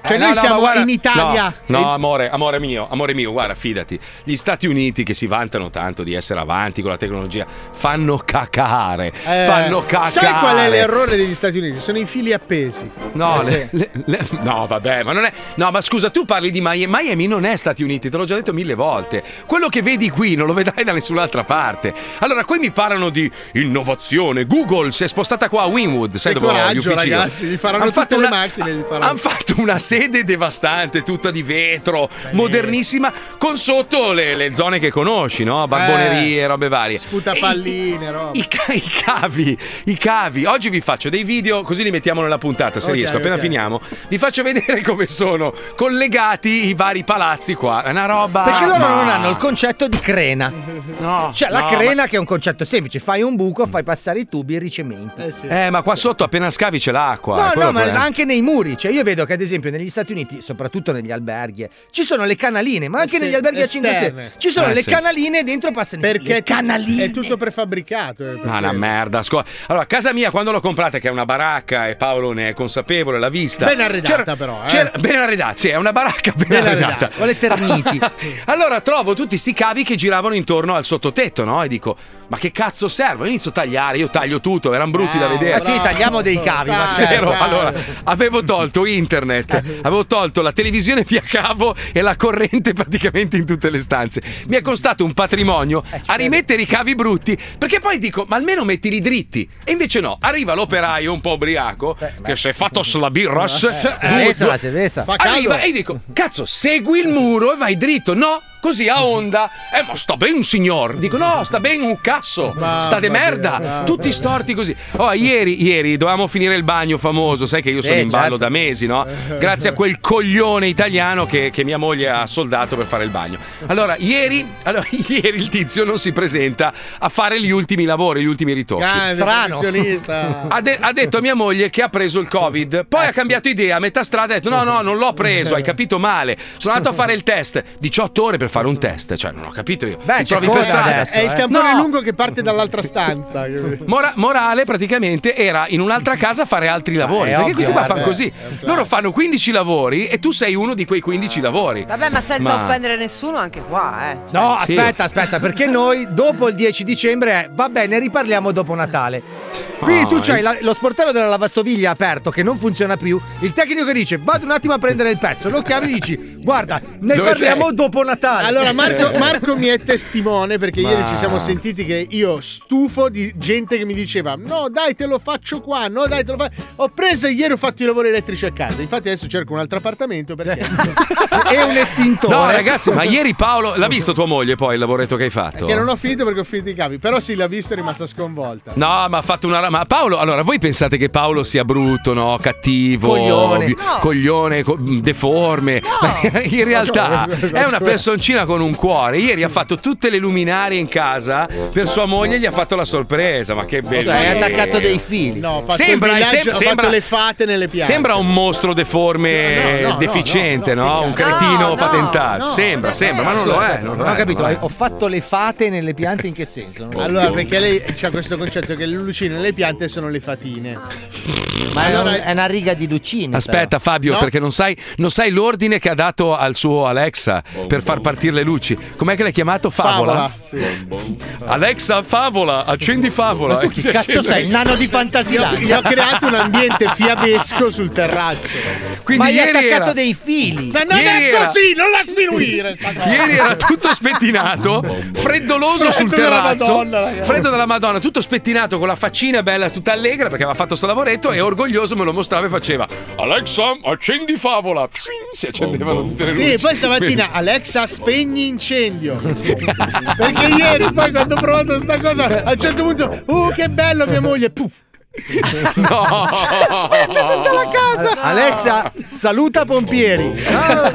Cioè Eh, noi no, no, siamo ma guarda- in Italia. No, no, amore, amore mio, amore mio, guarda, fidati. Gli Stati Uniti, che si vantano tanto di essere avanti con la tecnologia, fanno cacare. Eh, fanno cacare. Sai qual è l'errore degli Stati Uniti? Sono i fili appesi. No, Eh, le- le- le- no, vabbè, ma non è. No, ma scusa, tu parli di Miami. Miami non è Stati Uniti, te l'ho già detto mille volte. Quello che vedi qui non lo vedrai da nessun'altra parte. Allora, qui mi parlano di innovazione. Google si è spostata qua a Wynwood, sai Che dove ho gli coraggio, uffici? ragazzi, gli faranno Han tutte fatto le una- macchine. Gli faranno. Hanno fatto una sede devastante, tutta di vetro, modernissima, con sotto le, le zone che conosci, no? Barbonerie, Eh, robe varie. Sputapalline, roba. I, ca- i cavi, i cavi. Oggi vi faccio dei video, così li mettiamo nella puntata se Ok, riesco. Appena ok. finiamo, vi faccio vedere come sono collegati i vari palazzi qua. È una roba. Perché loro ma- non hanno il concetto di crena. No, Cioè, la no, crena che è un concetto semplice: fai un buco, fai passare i tubi e ricementi. Eh, ma qua sotto appena scavi c'è l'acqua. No, è quello no, il ma problema. anche nei muri. Cioè, io vedo che ad esempio negli Stati Uniti, soprattutto negli alberghi, ci sono le canaline, ma anche Eh sì, negli alberghi a cinque esterne. stelle. Ci sono Eh le sì. canaline e dentro passano i Perché le canaline. è tutto prefabbricato. eh, per Ma una quello. merda. scuola. Allora, casa mia quando l'ho comprata, che è una baracca, e Paolo ne è consapevole, l'ha vista. Ben arredata, C'era- però, eh. c'era- ben arredata, sì, è una baracca ben, Ben arredata. arredata. Con le terniti. Allora trovo tutti sti cavi che giravano intorno al sottotetto, no? E dico, ma che cazzo servono? Inizio a tagliare, io taglio tutto, erano brutti da Bravo, vedere. Ah, sì, tagliamo dei cavi. Ma Dai, Zero. dai. Allora, avevo tolto internet, avevo tolto la televisione via cavo e la corrente praticamente in tutte le stanze. Mi è costato un patrimonio a rimettere i cavi brutti, perché poi dico, ma almeno mettili dritti. E invece no, arriva l'operaio un po' ubriaco, che si è fatto sulla birras. cerveza, la cerveza. Fa caldo. Arriva e io dico, cazzo, segui il muro e vai dritto. No, così a onda. Eh, ma sta ben, signor. Dico, no, sta ben un cazzo. Mamma sta de merda. mia, mamma Tutti storti così. Oh, ieri, ieri dovevamo finire il bagno famoso. Sai che io sono Sì, in ballo certo. da mesi, no? Grazie a quel coglione italiano che, che mia moglie ha soldato per fare il bagno. Allora, ieri, allora, ieri il tizio non si presenta a fare gli ultimi lavori, gli ultimi ritocchi. Grande Strano. professionista. Ha, de- ha detto a mia moglie che ha preso il Covid, poi ha cambiato idea a metà strada, ha detto no no non l'ho preso, hai capito male, sono andato a fare il test, diciotto ore per fare un test, cioè non ho capito io. Beh, Ti c'è trovi per coda strada adesso, È il tampone No. lungo che parte dall'altra stanza. Mora- morale praticamente era in un'altra casa a fare altri lavori, è perché ovvio, questi qua eh, fanno beh, così, loro fanno quindici lavori e tu sei uno di quei quindici lavori. Vabbè, ma senza Ma- offendere nessuno anche qua, eh. No, Sì. aspetta, aspetta, perché noi dopo il dieci dicembre, eh, va bene, riparliamo dopo Natale. Quindi Ah, tu c'hai eh. la- lo sportello della lavastoviglie aperto che non funziona più. Il tecnico che dice vado un attimo a prendere il pezzo, lo chiami e dici guarda, ne Dove parliamo sei? dopo Natale. Allora Marco, Marco mi è testimone perché Ma- ieri ci siamo sentiti che io stufo di gente che mi diceva no dai te lo faccio qua, no dai te lo faccio. Ho preso ieri ho fatto i lavori elettrici a casa, infatti adesso cerco un altro appartamento perché è un estintore. No ragazzi, ma ieri Paolo, l'ha visto tua moglie poi il lavoretto che hai fatto? che non ho finito perché ho finito i cavi, però sì l'ha visto e è rimasta sconvolta. No, ma ha fatto una. Ma Paolo, allora voi pensate che Paolo sia brutto, no? Cattivo, Coglione. vi- No. coglione, co- deforme. Ma in realtà è una personcina con un cuore. Ieri ha fatto tutte le luminarie in casa per sua moglie, gli ha fatto la sorpresa. Ma che bello! Hai attaccato dei fili. No, ho fatto Sembra- il villaggio, sem- ho sembra- fatto le fate nelle piante. Sembra un mostro deforme, No, no, no, deficiente, no, no? no, Un no, cretino no, patentato. no, sembra, no, sembra, ma non lo è. Non, lo Non ho è, capito, non lo è. ho fatto le fate nelle piante in che senso? Non ho Allora, perché lei c'ha questo concetto che le lucine nelle piante sono le fatine. Ma è, allora- un- è una riga di lucine. Aspetta Fabio, No. perché non sai, non sai l'ordine che ha dato al suo Alexa per far partire le luci. Com'è che l'hai chiamato? Favola? Favola, sì. Alexa, favola, accendi favola. Ma tu chi Si cazzo accende- sei? Il nano di Io, Fantasyland? io ho creato un ambiente fiabesco sul terrazzo. Quindi Ma hai ieri attaccato era, dei fili. Ma non Ieri è era- così, non la sminuire sta cosa. ieri era tutto spettinato, freddoloso Freddo sul della terrazzo. Madonna, ragazzi. Freddo della Madonna, tutto spettinato con la faccina bella, tutta allegra perché aveva fatto sto lavoretto e orgoglioso me lo mostrava e faceva Alexa, accendi favola. Si accendevano tutte le luci. Sì, poi stamattina Alexa spegni incendio. Perché ieri poi quando ho provato sta cosa a un certo punto, uh che bello mia moglie, puff. No! Spento tutta la casa. Alessia, saluta pompieri.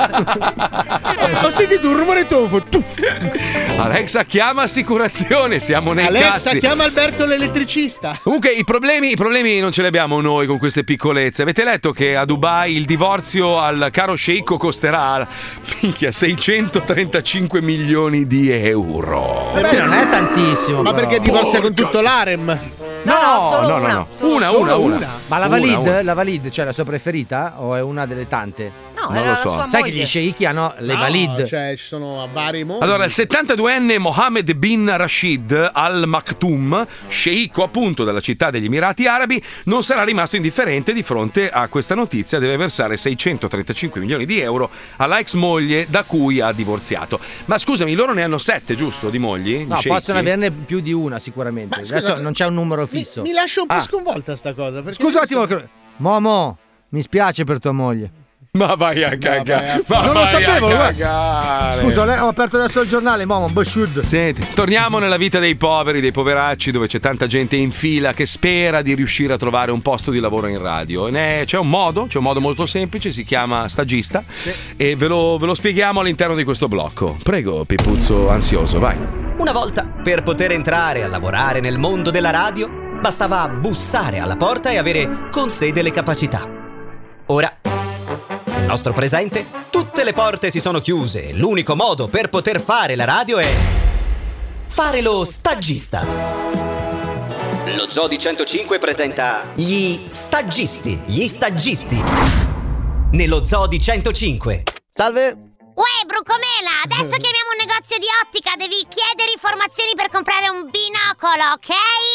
Ho sentito un rumore tonfo. Tu. Alexa chiama assicurazione, siamo nei Alexa cazzi. chiama Alberto l'elettricista. Comunque i problemi, i problemi non ce li abbiamo noi con queste piccolezze. Avete letto che a Dubai il divorzio al caro sceicco costerà minchia, seicentotrentacinque milioni di euro? Beh, non è tantissimo. Ma però. perché divorzia con tutto l'harem? No, no, solo no, una. no. Solo Una, solo una, una. una. Ma la Una, Valid, una. la Valid, cioè la sua preferita o è una delle tante? No, No, non era lo la so. sua Sai che moglie. gli sceicchi hanno le No, valid. Cioè, ci sono vari modi. Allora, il settantaduenne Mohammed bin Rashid Al Maktoum, sceicco appunto della città degli Emirati Arabi, non sarà rimasto indifferente di fronte a questa notizia. Deve versare seicentotrentacinque milioni di euro alla ex moglie da cui ha divorziato. Ma scusami, loro ne hanno sette, giusto, di mogli? No, Di possono sceicchi? averne più di una sicuramente. Ma Adesso scusa, non c'è un numero Mi, fisso. mi lascia un po' Ah. sconvolta sta cosa. perché Scusa un io attimo. so- Momo, mi spiace per tua moglie. Ma vai a cagare. vai a- Ma Non lo vai sapevo, a guarda. cagare. Scusa, le- ho aperto adesso il giornale, Momo, Bushwood. Senti, torniamo nella vita dei poveri, dei poveracci, dove c'è tanta gente in fila che spera di riuscire a trovare un posto di lavoro in radio. E ne- c'è un modo, c'è un modo molto semplice, si chiama stagista, e ve lo, ve lo spieghiamo all'interno di questo blocco. Prego, Pipuzzo ansioso, vai. Una volta, per poter entrare a lavorare nel mondo della radio, bastava bussare alla porta e avere con sé delle capacità. Ora, nel nostro presente, tutte le porte si sono chiuse e l'unico modo per poter fare la radio è fare lo stagista. Lo Zoo di centocinque presenta Gli stagisti, gli stagisti. Nello Zoo di centocinque. Salve. Uè, Brucomela, adesso chiamiamo un negozio di ottica. Devi chiedere informazioni per comprare un binocolo, ok?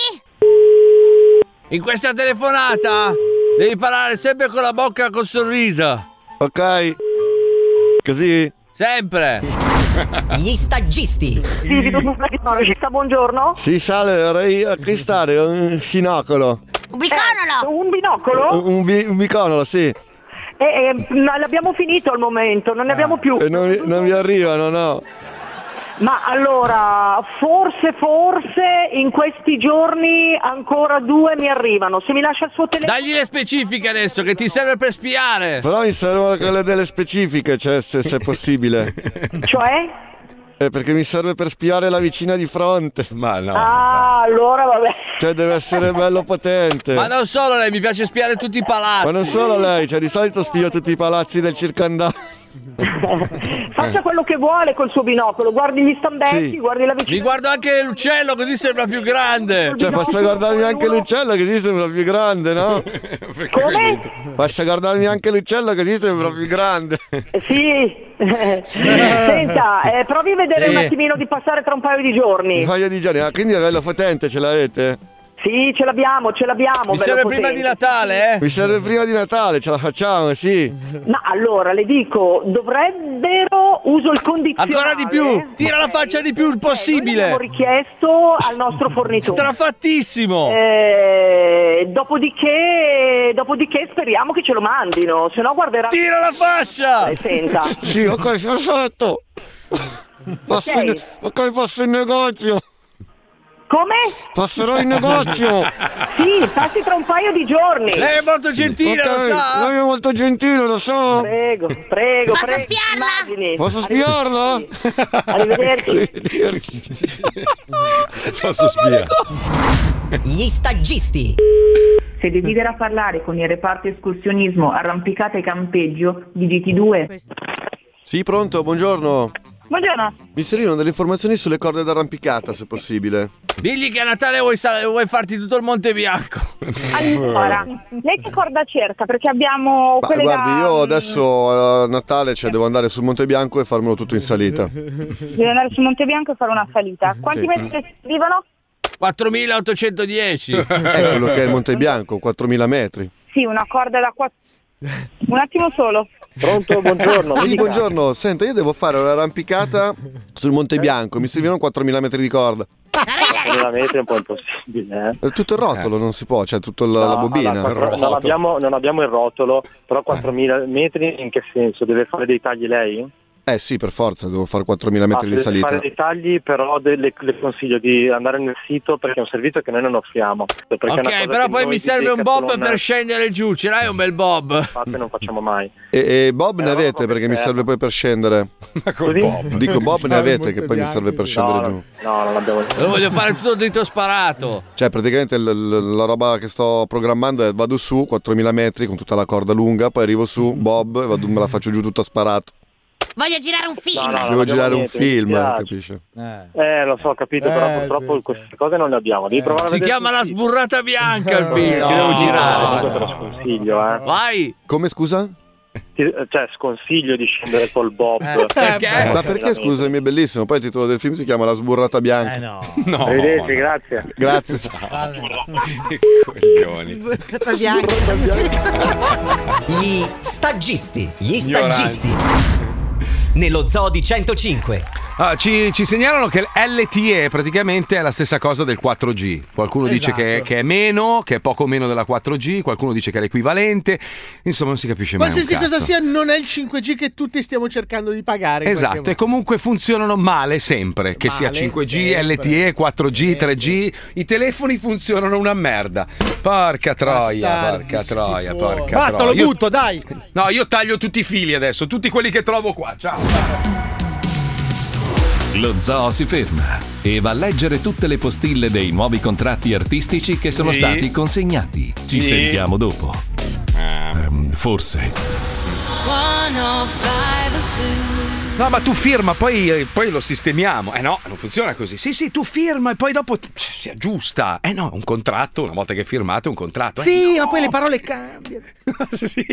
In questa telefonata devi parlare sempre con la bocca col sorriso. Ok. Così? Sempre. Gli stagisti. Sì, di tecnologista, buongiorno. Sì, sale, vorrei acquistare un binocolo. Un biconolo! Un binocolo? Un, un, bi- un biconolo, sì. Eh, eh, l'abbiamo finito al momento, non ne abbiamo più. E non, vi- non vi arrivano, no. Ma allora, forse, forse in questi giorni ancora due mi arrivano. Se mi lascia il suo telefono. Dagli le specifiche adesso, che ti serve per spiare. Però mi servono quelle delle specifiche, cioè, se, se è possibile. Cioè? Eh, perché mi serve per spiare la vicina di fronte. Ma no. Ah, allora vabbè. Cioè, deve essere bello potente. Ma non solo lei, mi piace spiare tutti i palazzi. Ma non solo lei, cioè di solito spio tutti i palazzi del circondario. Faccia quello che vuole col suo binocolo, guardi gli stambetti, Sì. guardi la vicina. Mi guardo anche l'uccello, così sembra più grande. Cioè, posso guardarmi anche l'uccello così sembra più grande, no? Come? Posso guardarmi anche l'uccello così sembra più grande. Sì. Senta, eh, provi a vedere Sì. un attimino di passare tra un paio di giorni. Un paio di giorni, ah, quindi è bello potente, ce l'avete? Sì, ce l'abbiamo, ce l'abbiamo. Mi bello serve potente. prima di Natale, eh? Mi serve prima di Natale, ce la facciamo, sì. Ma allora le dico, dovrebbero uso il condizionale. Ancora di più, tira la faccia di più il possibile. Abbiamo richiesto al nostro fornitore. Strafattissimo. Eh, dopodiché, dopodiché speriamo che ce lo mandino, se no guarderà. Tira la faccia! Eh, senta. Sì, ok, perfetto. Passo Ok. in, ok, passo in negozio. Come? Passerò in negozio. Sì, passi tra un paio di giorni. Lei è molto gentile, Ok, lo sa? lei è molto gentile, lo so. Prego, prego, Posso prego. spiarla? Immagini. Posso spiarla? Arrivederci. Arrivederci. Posso spiare. Gli stagisti. Se desidera parlare con il reparto escursionismo, arrampicata e campeggio, digiti due. Sì, pronto, buongiorno. Buongiorno. Mi servivano delle informazioni sulle corde d'arrampicata, se possibile. Digli che a Natale vuoi, sal- vuoi farti tutto il Monte Bianco. Allora, lei che corda cerca? Perché abbiamo Ma quelle guardi, da... io adesso a Natale cioè, devo andare sul Monte Bianco e farmelo tutto in salita. Devi andare sul Monte Bianco e fare una salita. Quanti Sì. metri arrivano? quattromilaottocentodieci. È quello che è il Monte Bianco, quattromila metri. Sì, una corda da quattro... Un attimo solo. Pronto, buongiorno. Sì, buongiorno. Senta, io devo fare un'arrampicata sul Monte Bianco, mi servivano quattromila metri di corda. quattromila metri è un po' impossibile, eh? Tutto il rotolo non si può, cioè tutta la, la No, bobina. allora, quattro- non, abbiamo, non abbiamo il rotolo, però quattromila metri in che senso? Deve fare dei tagli lei? Eh sì, per forza, devo fare quattromila metri Ah, di se deve salita. fare dei tagli, però de- le, le consiglio di andare nel sito perché è un servizio che noi non offriamo. Perché è una cosa Ok, però che poi noi mi di serve un bob Decathlon, per scendere giù. Ce l'hai un bel bob? Infatti non facciamo mai. E, e Bob ne Eh, avete proprio perché mi certo. serve poi per scendere. Così? Dico Bob ne Serve avete Monte che poi mi serve per scendere No, giù. No, non abbiamo. Lo voglio fare tutto dritto sparato. Cioè praticamente l- l- la roba che sto programmando è vado su quattromila metri con tutta la corda lunga, poi arrivo su Bob e vado, me la faccio giù tutta sparato. Voglio girare un film. No, no, Devo non girare abbiamo un niente, mi film, dispiace. capisci? Eh, lo so, ho capito, però Eh, purtroppo sì, queste cose non le abbiamo. Devi provare a Si vedere chiama sul la sito. sburrata bianca il film No, che devo girare. comunque te lo sconsiglio, eh. Vai. Come scusa? ti, cioè, sconsiglio di scendere col Bob. Eh, perché? Ma perché, scusami, è bellissimo. Poi il titolo del film si chiama La sburrata bianca. Eh no. no. Arrivederci, grazie. Grazie. Coglioni. Gli staggisti, gli staggisti. Nello Zoo di centocinque. Ah, ci, ci segnalano che l'L T E praticamente è la stessa cosa del quattro G. Qualcuno Esatto. dice che, che è meno, che è poco meno della quattro G, qualcuno dice che è l'equivalente. Insomma, non si capisce mai un Qualsiasi cazzo. cosa sia, non è il cinque G che tutti stiamo cercando di pagare. in Esatto, qualche e comunque funzionano male sempre, che sia Male, cinque G, sempre. L T E, quattro G, tre G, i telefoni funzionano una merda. Porca troia, Bastardi, porca troia, schifosi. porca Basta, troia. lo Io- butto, dai. No, io taglio tutti i fili adesso, tutti quelli che trovo qua. Ciao. Lo zoo si ferma e va a leggere tutte le postille dei nuovi contratti artistici che sono Sì. stati consegnati. Ci Sì. sentiamo dopo. Ehm, forse. No, ma tu firma, poi, poi lo sistemiamo. Eh no, non funziona così. Sì, sì, tu firma e poi dopo si aggiusta. Eh no, un contratto, una volta che è firmato è un contratto. Eh, Sì, no. ma poi le parole cambiano. Sì.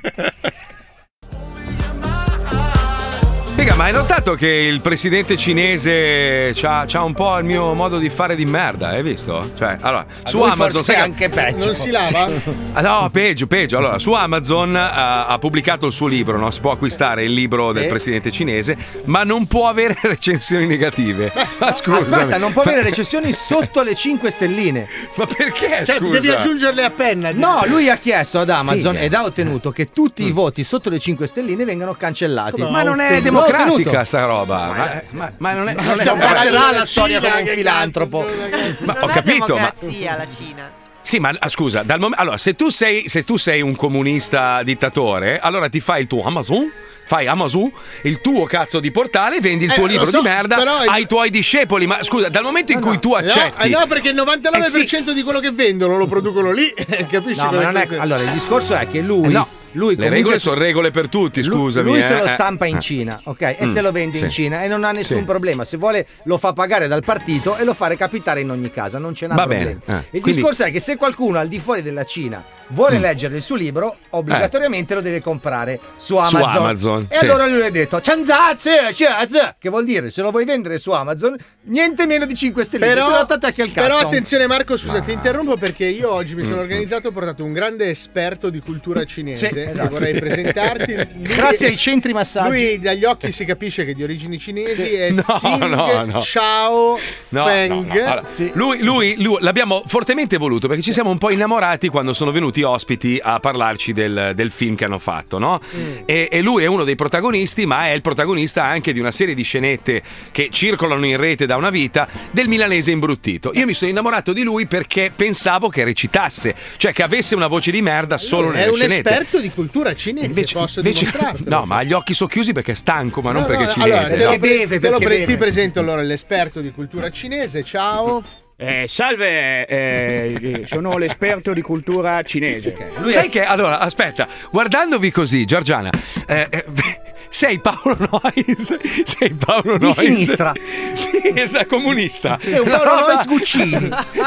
Figa, ma hai notato che il presidente cinese c'ha, c'ha un po' il mio modo di fare di merda, hai visto? Cioè, allora, su lui Amazon forse sai che- anche peggio. Non si lava? Ah, no, peggio, peggio. Allora, su Amazon ha, ha pubblicato il suo libro, no? Si può acquistare il libro del Sì. presidente cinese, ma non può avere recensioni negative. Ma scusami. Aspetta, non può avere recensioni sotto le cinque stelline. Ma perché? Cioè, scusa? devi aggiungerle a penna. No, lui ha chiesto ad Amazon Figa. ed ha ottenuto che tutti i voti sotto le cinque stelline vengano cancellati. Ma non è Ottenuto. democratica sta roba. Ma, ma- ma non è. Non è Non passerà la Cina, storia come un che filantropo. Ma Non ho è capito, ma. democrazia la Cina. Sì, ma ah, scusa, dal mom- allora, se tu sei se tu sei un comunista dittatore, allora ti fai il tuo Amazon, fai Amazon, il tuo cazzo di portale, vendi il Eh, tuo lo libro so, di merda però è- ai tuoi discepoli. Ma scusa, dal momento in cui tu No, accetti. eh no, perché il novantanove per cento Eh di quello che vendono lo producono lì. Capisci? No, ma non è. Allora, il discorso è che lui. Eh no, lui le comunque regole se- sono regole per tutti, Lui- scusami. Lui eh, se lo eh. stampa in Eh. Cina, ok? E Mm, se lo vende in sì. Cina e non ha nessun Sì. problema. Se vuole lo fa pagare dal partito e lo fa recapitare in ogni casa, non ce n'ha Va problema. bene, eh, Il quindi- discorso è che se qualcuno al di fuori della Cina vuole Mm. leggere il suo libro, obbligatoriamente lo deve comprare su Su Amazon. Amazon, E sì. allora lui ha detto "Cianzazze, ciazze", che vuol dire se lo vuoi vendere su Amazon, niente meno di cinque stelline. Però, se no t'attacchi al cazzo. però attenzione Marco, scusa, ti interrompo perché io oggi mi sono Mm. organizzato, ho portato un grande esperto di cultura cinese Sì, che esatto. vorrei Sì. presentarti. Lui- Grazie ai centri massaggi. Lui dagli occhi si capisce che è di origini cinesi, Sì. è No, Xing no, no. Chao No, Feng. no, no. Allora, lui, lui, lui l'abbiamo fortemente voluto perché ci siamo un po' innamorati quando sono venuti ospiti a parlarci del, del film che hanno fatto, no? Mm. E, e lui è uno dei protagonisti, ma è il protagonista anche di una serie di scenette che circolano in rete da una vita del milanese imbruttito. Io mi sono innamorato di lui perché pensavo che recitasse, cioè che avesse una voce di merda solo È nelle un scenette. esperto di cultura cinese, posso invece- dimostrartelo. no, ma gli occhi socchiusi perché è stanco, ma non No, perché no, è cinese. allora, te lo, no? pre- te lo pre- ti presento allora l'esperto di cultura cinese. Ciao. Eh, salve, eh, sono l'esperto di cultura cinese. Sai che allora aspetta, guardandovi così, Giorgiana, eh, eh, sei Paolo Noyes, sei Paolo Di Noyes sinistra. Sì, esatto, comunista. Sei un Paolo Noyes Guccini.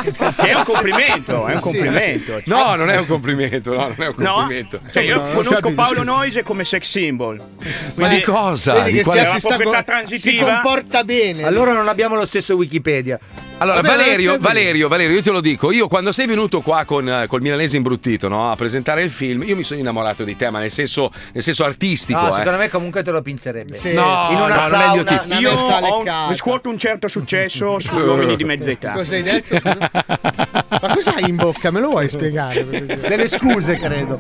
È un complimento, è un Sì, complimento. sì. No, non è un complimento, no, non è un No? complimento. Cioè, io No, conosco capisco. Paolo Noyes come sex symbol. Ma di cosa? Vedi Di che quale- si, la sta- proprietà si transitiva? comporta bene. Allora non abbiamo lo stesso Wikipedia. Allora, Vabbè, Valerio, vabbè, Valerio, Valerio, io te lo dico, io quando sei venuto qua con eh, col milanese imbruttito, no, a presentare il film, io mi sono innamorato di te, ma nel senso, nel senso artistico, No, eh. secondo me comunque te lo pinzerebbe. Sì. No, in una no, non è il mio sauna. tipo. Io mezza ho, leccata. riscuoto un certo successo sugli uomini di mezza età. Cosa hai detto? Scusa? Ma cosa hai in bocca? Me lo vuoi spiegare? Delle scuse, credo.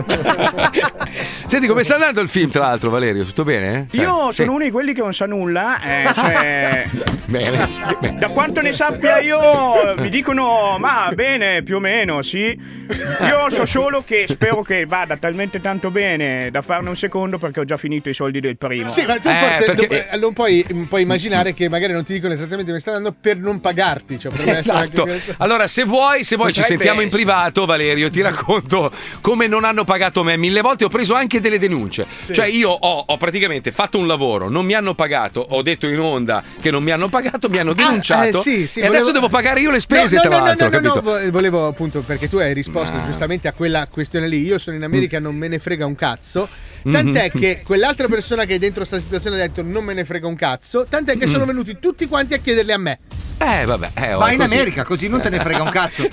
Senti, come sta andando il film, tra l'altro, Valerio? Tutto bene? Io Eh, sono sì. uno di quelli che non sa nulla, eh, cioè, Bene. da quanto ne sappia io mi dicono ma bene più o meno sì, io so solo che spero che vada talmente tanto bene da farne un secondo perché ho già finito i soldi del primo. Sì, ma tu Eh, forse perché- non, non puoi, puoi immaginare che magari non ti dicono esattamente come sta andando per non pagarti. Cioè, potrebbe essere anche Esatto. questo. Allora, se vuoi, se se vuoi ci Potrebbe sentiamo in essere. privato, Valerio, ti racconto come non hanno pagato me mille volte. Ho preso anche delle denunce. Sì. Cioè io ho, ho praticamente fatto un lavoro, non mi hanno pagato, ho detto in onda che non mi hanno pagato, mi hanno denunciato Ah, eh, sì, sì, e volevo- adesso devo pagare io le spese, no, no, tra no, l'altro, no, no, no, capito? vo- volevo appunto, perché tu hai risposto Ma- giustamente a quella questione lì. Io sono in America, non me ne frega un cazzo. Tant'è Mhm. che quell'altra persona che è dentro sta situazione ha detto non me ne frega un cazzo. Tant'è che sono Mm. venuti tutti quanti a chiederle a me. Eh vabbè, eh, oh, Vai in così. America, così non te ne frega un cazzo.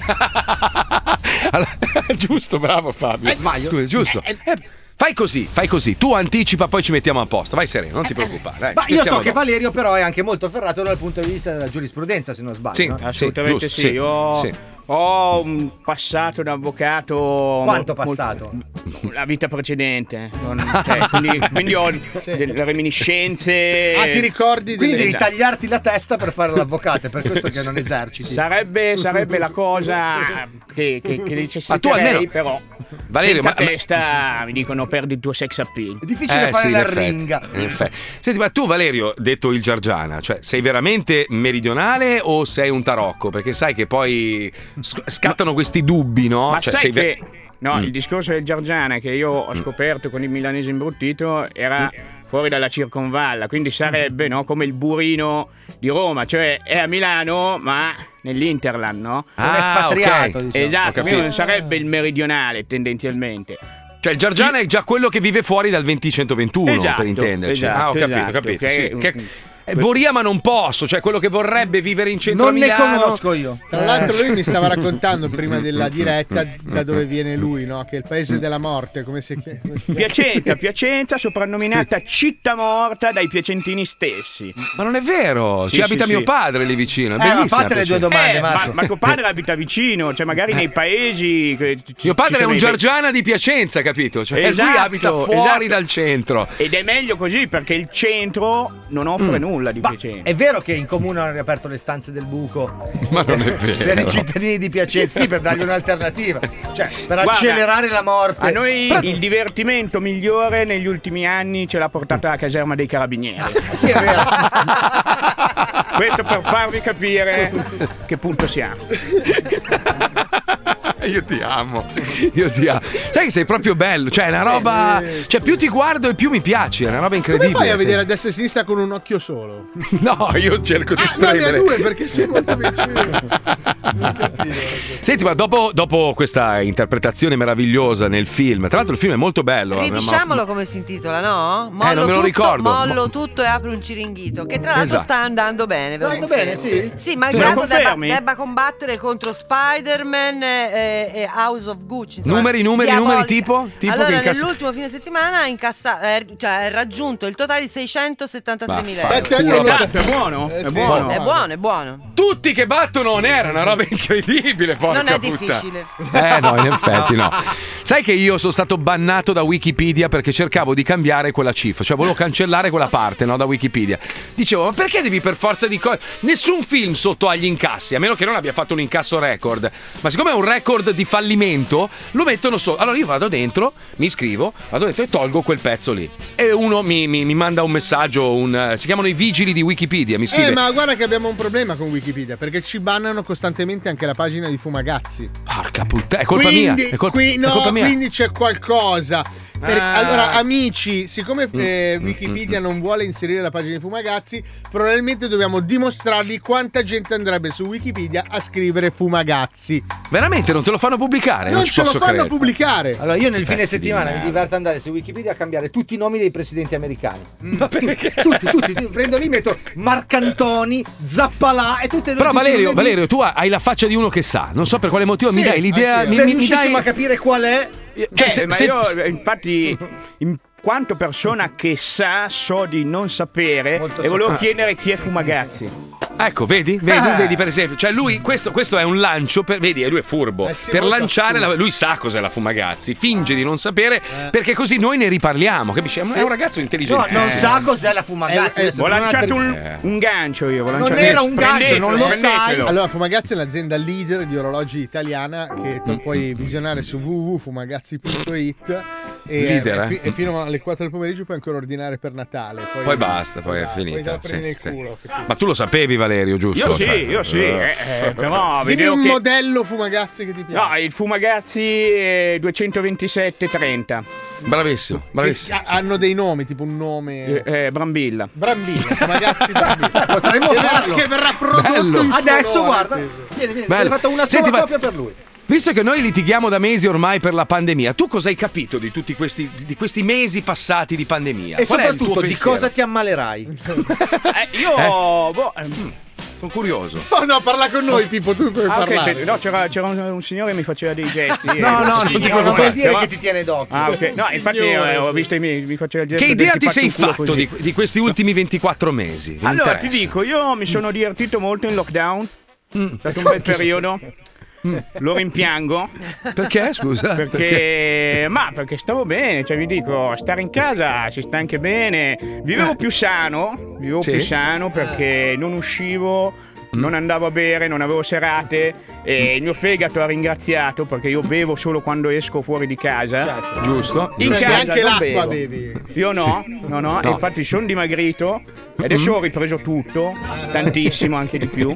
Giusto, bravo Fabio. Eh, sbaglio. Tu, giusto. Eh, fai così, fai così. Tu anticipa, poi ci mettiamo a posto. Vai sereno, non ti preoccupare. Dai, Ma ci io so pensiamo che dopo. Valerio però è anche molto ferrato dal punto di vista della giurisprudenza, se non sbaglio. Sì, no? Assolutamente giusto, sì. sì, Io sì. ho un passato da avvocato. Quanto mo- passato? molto- La vita precedente. Non- cioè, quindi, quindi ho delle reminiscenze. Ah, ti ricordi Quindi delle- devi tagliarti la testa per fare l'avvocato, è per questo che non eserciti. Sarebbe, sarebbe la cosa che, che, che necessiterei, Ma tu almeno- però Valerio, senza ma- ma- testa mi dicono perdi il tuo sex appeal. È difficile Eh, fare sì, la in effetti, ringa. in effetti. Senti, ma tu Valerio, detto il Giargiana, cioè sei veramente meridionale o sei un tarocco? Perché sai che poi sc- scattano questi dubbi, no? Ma Cioè, sai sei ve- che no, Mm. il discorso del Giargiana che io ho scoperto con il milanese imbruttito era fuori dalla circonvalla, quindi sarebbe no, come il burino di Roma, cioè è a Milano ma nell'Interland, no? Ah, Un espatriato, ok. diciamo. Ho Esatto, capito. quindi non sarebbe il meridionale tendenzialmente. Cioè il Giargiana è già quello che vive fuori dal venti centoventuno, Esatto, per intenderci. esatto, ah, ho capito, esatto, capito. che- Sì, che- eh, vorria ma non posso, cioè quello che vorrebbe vivere in centro Non a ne Milano. conosco io. Tra l'altro lui mi stava raccontando prima della diretta da dove viene lui, no? Che è il paese della morte, come si chiama? come si chiama? Piacenza, Piacenza, soprannominata città morta dai piacentini stessi. Ma non è vero, Sì, ci sì, abita sì. mio padre lì vicino, è Eh, ma bellissima. fate le due Piacenza. domande, Eh, ma, Marco. ma tuo padre abita vicino, cioè magari nei paesi. che ci- Mio padre ci è sono un i- Giargiana di Piacenza, capito? Cioè lui Esatto, abita fuori esatto. dal centro. Ed è meglio così perché il centro non offre nulla di Ma Piacenza. è vero che in comune hanno riaperto le stanze del buco Ma non è per vero. i cittadini di Piacenza, sì, per dargli un'alternativa, cioè per Guarda, accelerare la morte. A noi il divertimento migliore negli ultimi anni ce l'ha portata la caserma dei carabinieri. Sì, è vero. Questo per farvi capire che punto siamo. Io ti amo, io ti amo. Sai che sei proprio bello, cioè è una roba. Cioè, più ti guardo e più mi piaci, è una roba Come incredibile. fai a sì. vedere a destra e a sinistra con un occhio solo? No, io cerco di Ah, no, ne ha spremere. due perché sono molto vicino. Senti, ma dopo, dopo questa interpretazione meravigliosa nel film, tra l'altro il film è molto bello. Ridiciamolo come si intitola, no? Mollo Eh, non me lo tutto, ricordo. Mollo tutto e apro un ciringhito. Che tra l'altro Esatto. sta andando bene. ve lo Andando confermo. bene, sì? Sì, Lo malgrado debba, confermi? debba combattere contro Spider-Man e, e House of Gucci. insomma, Numeri, numeri, diabolica. numeri, tipo? Tipo allora, che incassa- nell'ultimo fine settimana ha incassato, eh, cioè, ha raggiunto il totale di seicentosettantatremila Vaffa- euro. Eh, te non lo Tanto, sai. è buono? Eh, È sì. buono. È buono, è buono. Tutti che battono on air, è una roba incredibile, porca Non è puttana. difficile. Eh no, in effetti no. Sai che io sono stato bannato da Wikipedia perché cercavo di cambiare quella cifra, cioè volevo cancellare quella parte, no, da Wikipedia. Dicevo, ma perché devi per forza di cose? Nessun film sotto agli incassi, a meno che non abbia fatto un incasso record. Ma siccome è un record di fallimento, lo mettono sotto. Allora io vado dentro, mi iscrivo, vado dentro e tolgo quel pezzo lì. E uno mi, mi- mi manda un messaggio, un, si chiamano i vigili di Wikipedia, mi scrive. Eh, ma guarda che abbiamo un problema con Wikipedia perché ci bannano costantemente anche la pagina di Fumagazzi. Porca puttana, è colpa quindi, mia. È colpa, qui- è no, colpa mia. quindi c'è qualcosa. Per- Ah. Allora, amici, siccome eh, Mm, Wikipedia non vuole inserire la pagina di Fumagazzi, probabilmente dobbiamo dimostrargli quanta gente andrebbe su Wikipedia a scrivere Fumagazzi. Veramente non te lo fanno pubblicare? Non, Non, ci ce lo posso fanno credere. pubblicare. Allora io nel fine Pezzi di settimana mi merda. diverto ad andare su Wikipedia a cambiare tutti i nomi dei presidenti americani. Ma perché? Tutti, tutti, tutti. Prendo lì, metto Marcantoni, Zappalà e tutte le Però tutti i Valerio, lunedì. Valerio, tu hai la faccia di uno che sa. Non so per quale motivo mi Sì, dai l'idea. anche Mi, Se mi- mi riuscissimo dai... a capire qual è, Cioè, Eh, se- ma se- io eh, infatti in quanto persona che sa so di non sapere Molto e volevo so- chiedere chi è Fumagazzi. Ecco, vedi? Vedi, Ah. vedi per esempio. Cioè, lui, questo, questo è un lancio per. Vedi, lui è furbo. Eh sì, per molto lanciare la. astuto. Lui sa cos'è la Fumagazzi, finge di non sapere, perché così noi ne riparliamo. Capisci? È un- è un ragazzo no, intelligente. non sa cos'è la Fumagazzi. Eh, eh, adesso Ho non lanciato ha- un, Eh. un gancio io. Ho Non lanciato- era un gancio, non lo Prendetelo, sai. prendetelo. Allora, Fumagazzi è l'azienda leader di orologi italiana che tu puoi visionare su w w w punto fumagazzi punto it E, Leader, e, fi- eh? e fino alle quattro del pomeriggio puoi ancora ordinare per Natale. Poi, Poi basta, poi è Poi te finita. la prendi nel sì, culo. sì. Ma tu lo sapevi, Valerio, giusto? Io sì, Cioè, io sì, eh, eh, eh, però Dimmi vedevo un che... modello Fumagazzi che ti piace. No, il Fumagazzi è duecentoventisette trenta. Bravissimo, bravissimo. Che hanno dei nomi, tipo un nome. Eh, eh, Brambilla. Brambilla, Fumagazzi Brambilla. Potremmo che, farlo. che verrà prodotto Bello. in suo Adesso onore, guarda, sì, sì. vieni, vieni, Bello. hai fatto una Senti, sola ma- copia per lui. Visto che noi litighiamo da mesi ormai per la pandemia, tu cosa hai capito di tutti questi, di questi mesi passati di pandemia? E Qual è il soprattutto tuo di pensiero? cosa ti ammalerai? Eh, io... Eh? boh, ehm, Sono curioso. Oh no, parla con noi, Pippo, tu puoi Ah, ok, parlare. c'è- no, c'era, c'era un, un signore che mi faceva dei gesti. eh, No, no, sì, non ti no, preoccupare. no, Vuol dire però- che ti tiene d'occhio. Ah, ok. No, infatti Signore. eh, ho visto i miei, mi faceva il gesto Che del idea ti faccio sei un culo fatto così. di, di questi ultimi ventiquattro mesi? Mi Allora, ti interessa. dico, io mi sono divertito molto in lockdown. È stato un bel periodo. Lo rimpiango. Perché, scusa? Perché, ma perché stavo bene, cioè vi dico, stare in casa si sta anche bene. Vivevo più sano, vivevo Sì. più sano perché non uscivo, non andavo a bere, non avevo serate e il mio fegato ha ringraziato perché io bevo solo quando esco fuori di casa. Giusto? In Cioè, casa anche non l'acqua bevo. bevi. Io no, no, no, e No. infatti sono dimagrito e adesso ho ripreso tutto, tantissimo, anche di più.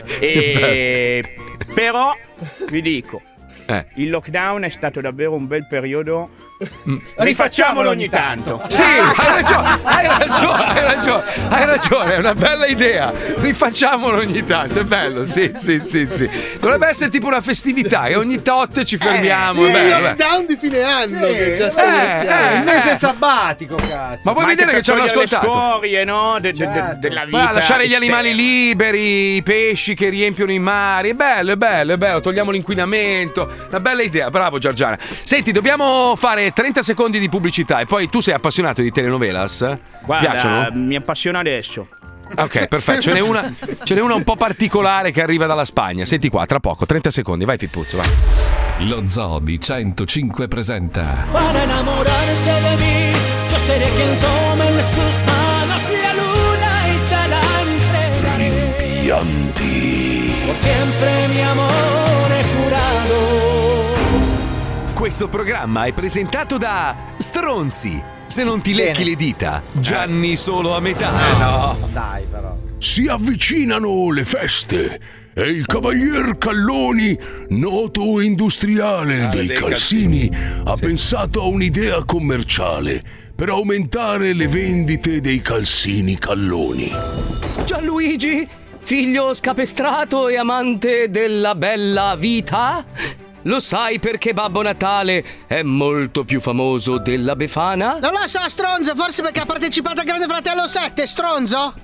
E però vi dico, Eh. il lockdown è stato davvero un bel periodo. Rifacciamolo ogni tanto. Sì, hai ragione, hai ragione, hai ragione, hai ragione, è una bella idea. Rifacciamolo ogni tanto, è bello, sì, sì, sì, sì. Dovrebbe essere tipo una festività e ogni tot ci fermiamo. Sì, è il bello, bello. lockdown di fine anno Sì, che già eh, stiamo eh, Il mese sabbatico, cazzo. Ma vuoi Ma vedere anche che ci hanno per togliere ascoltato? le scorie, no? De- de- de- Certo. della vita. Guarda, lasciare gli esterna. animali liberi, i pesci che riempiono i mari. È bello, è bello, è bello. Togliamo l'inquinamento. Una bella idea, bravo Giorgiana. Senti, dobbiamo fare trenta secondi di pubblicità e poi tu sei appassionato di telenovelas? Guarda, Piacciono? mi appassiona adesso. Ok, perfetto. Ce n'è una, ce n'è una un po' particolare che arriva dalla Spagna. Senti qua, tra poco, trenta secondi. Vai Pippuzzo, vai. Lo Zoo di centocinque presenta Para enamorarte de mí, yo seré quien tome en sus manos la luna y te la entregaré. Rimpianti. Por siempre mi amore jurado. Questo programma è presentato da Stronzi. Se non ti lecchi Bene. le dita, Gianni solo a metà. No, dai però. Si avvicinano le feste e il cavalier Calloni, noto industriale dei dei calzini, ha pensato a un'idea commerciale per aumentare le vendite dei calzini Calloni. Gianluigi, figlio scapestrato e amante della bella vita? Lo sai perché Babbo Natale è molto più famoso della Befana? Non lo so, stronzo, forse perché ha partecipato al Grande Fratello sette, stronzo?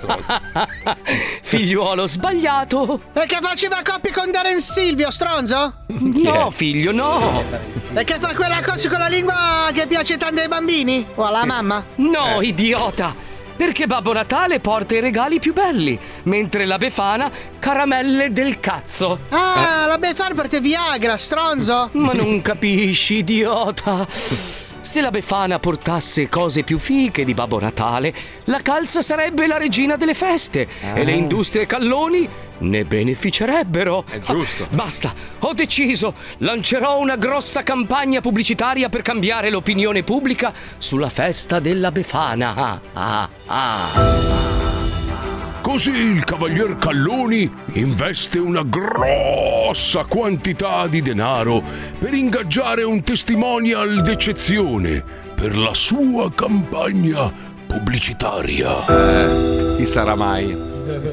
Figliuolo sbagliato! Perché faceva coppie con Darren Silvio, stronzo? No, figlio, no! Perché fa quella cosa con la lingua che piace tanto ai bambini? O alla mamma? No, idiota! Perché Babbo Natale porta i regali più belli, mentre la Befana caramelle del cazzo. Ah, la Befana porta Viagra, stronzo? Ma non capisci, idiota! Se la Befana portasse cose più fiche di Babbo Natale, la calza sarebbe la regina delle feste e le industrie Calloni ne beneficerebbero. È giusto. Ah, basta, ho deciso. Lancerò una grossa campagna pubblicitaria per cambiare l'opinione pubblica sulla festa della Befana. Ah, ah, ah. Così il cavalier Calloni investe una grossa quantità di denaro per ingaggiare un testimonial d'eccezione per la sua campagna pubblicitaria. Eh, chi sarà mai?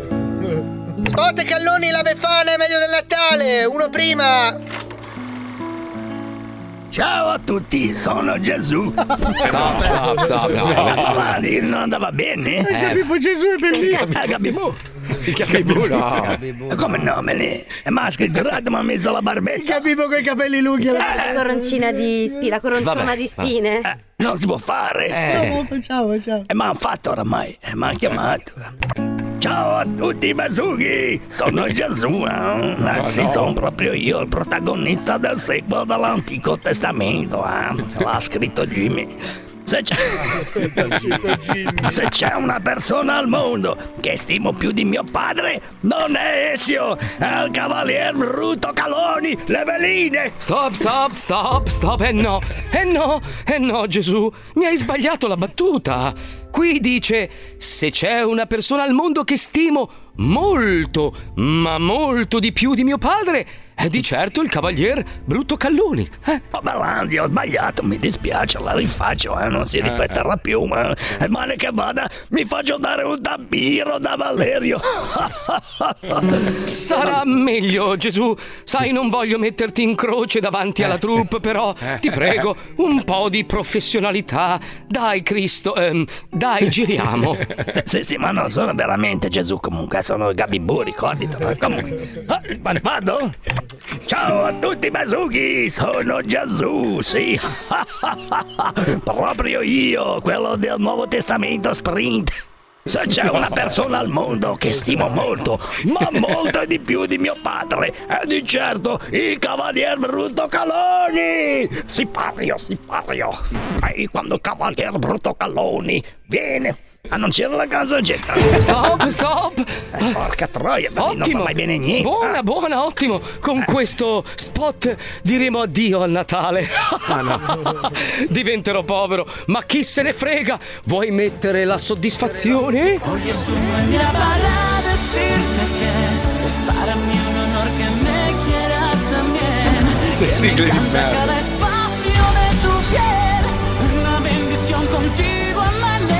Spot Calloni, la Befana è meglio del Natale, uno prima. Ciao a tutti, sono Gesù. Stop, stop, stop. No, No, no. ma non andava bene? Eh, Capibo Gesù è bellissimo. Gabibù. Il Gabibù no. Come no, me ne? Ma ha scritto errato, ma ha messo la barbetta. Capivo con i capelli lunghi. La coroncina di spine, la coroncina Vabbè, di spine. Eh, non si può fare. Eh. Facciamo, facciamo. E mi hanno fatto oramai, e mi hanno chiamato. Ciao a tutti Basughi, sono Gesù, eh? Anzi, no. sono proprio io il protagonista del sequel dell'Antico Testamento, eh? L'ha scritto Jimmy. Se c'è... Se c'è una persona al mondo che stimo più di mio padre, non è Ezio, è il cavalier Bruto Caloni, le veline. Stop, stop, stop, stop. Eh no, eh no, eh no, Gesù, mi hai sbagliato la battuta. Qui dice: se c'è una persona al mondo che stimo molto, ma molto di più di mio padre, è di certo il cavalier Bruto Calloni. Eh? Oh, Bellandi, ho sbagliato, mi dispiace, la rifaccio, eh, non si ripeterà più, ma è male che vada, mi faccio dare un tampiro da Valerio. Sarà meglio, Gesù. Sai, non voglio metterti in croce davanti alla troupe, però ti prego, un po' di professionalità. Dai, Cristo, ehm, dai, giriamo. Sì, sì, ma no, sono veramente Gesù, comunque, sono Gabibù, ricorditelo. Comunque, ah, ma ne vado? Ciao a tutti Basughi, sono Gesù, sì. Proprio io, quello del Nuovo Testamento Sprint. Se c'è una persona al mondo che stimo molto, ma molto di più di mio padre, è di certo il cavalier Bruto Caloni. Sipario, sipario. E quando il cavalier Bruto Caloni viene a non c'era la canzoncetta. Stop, stop. Eh, porca troia, ottimo, non va bene niente. Buona, buona, ottimo. Con questo spot diremo addio al Natale. Ah, no. Diventerò povero, ma chi se ne frega? Vuoi mettere la soddisfazione? Hoy es un buen día para decirte que es para mí un honor que me quieras también. Se sigle di merda. Cada espacio de tu piel, una bendición contigo amanecer.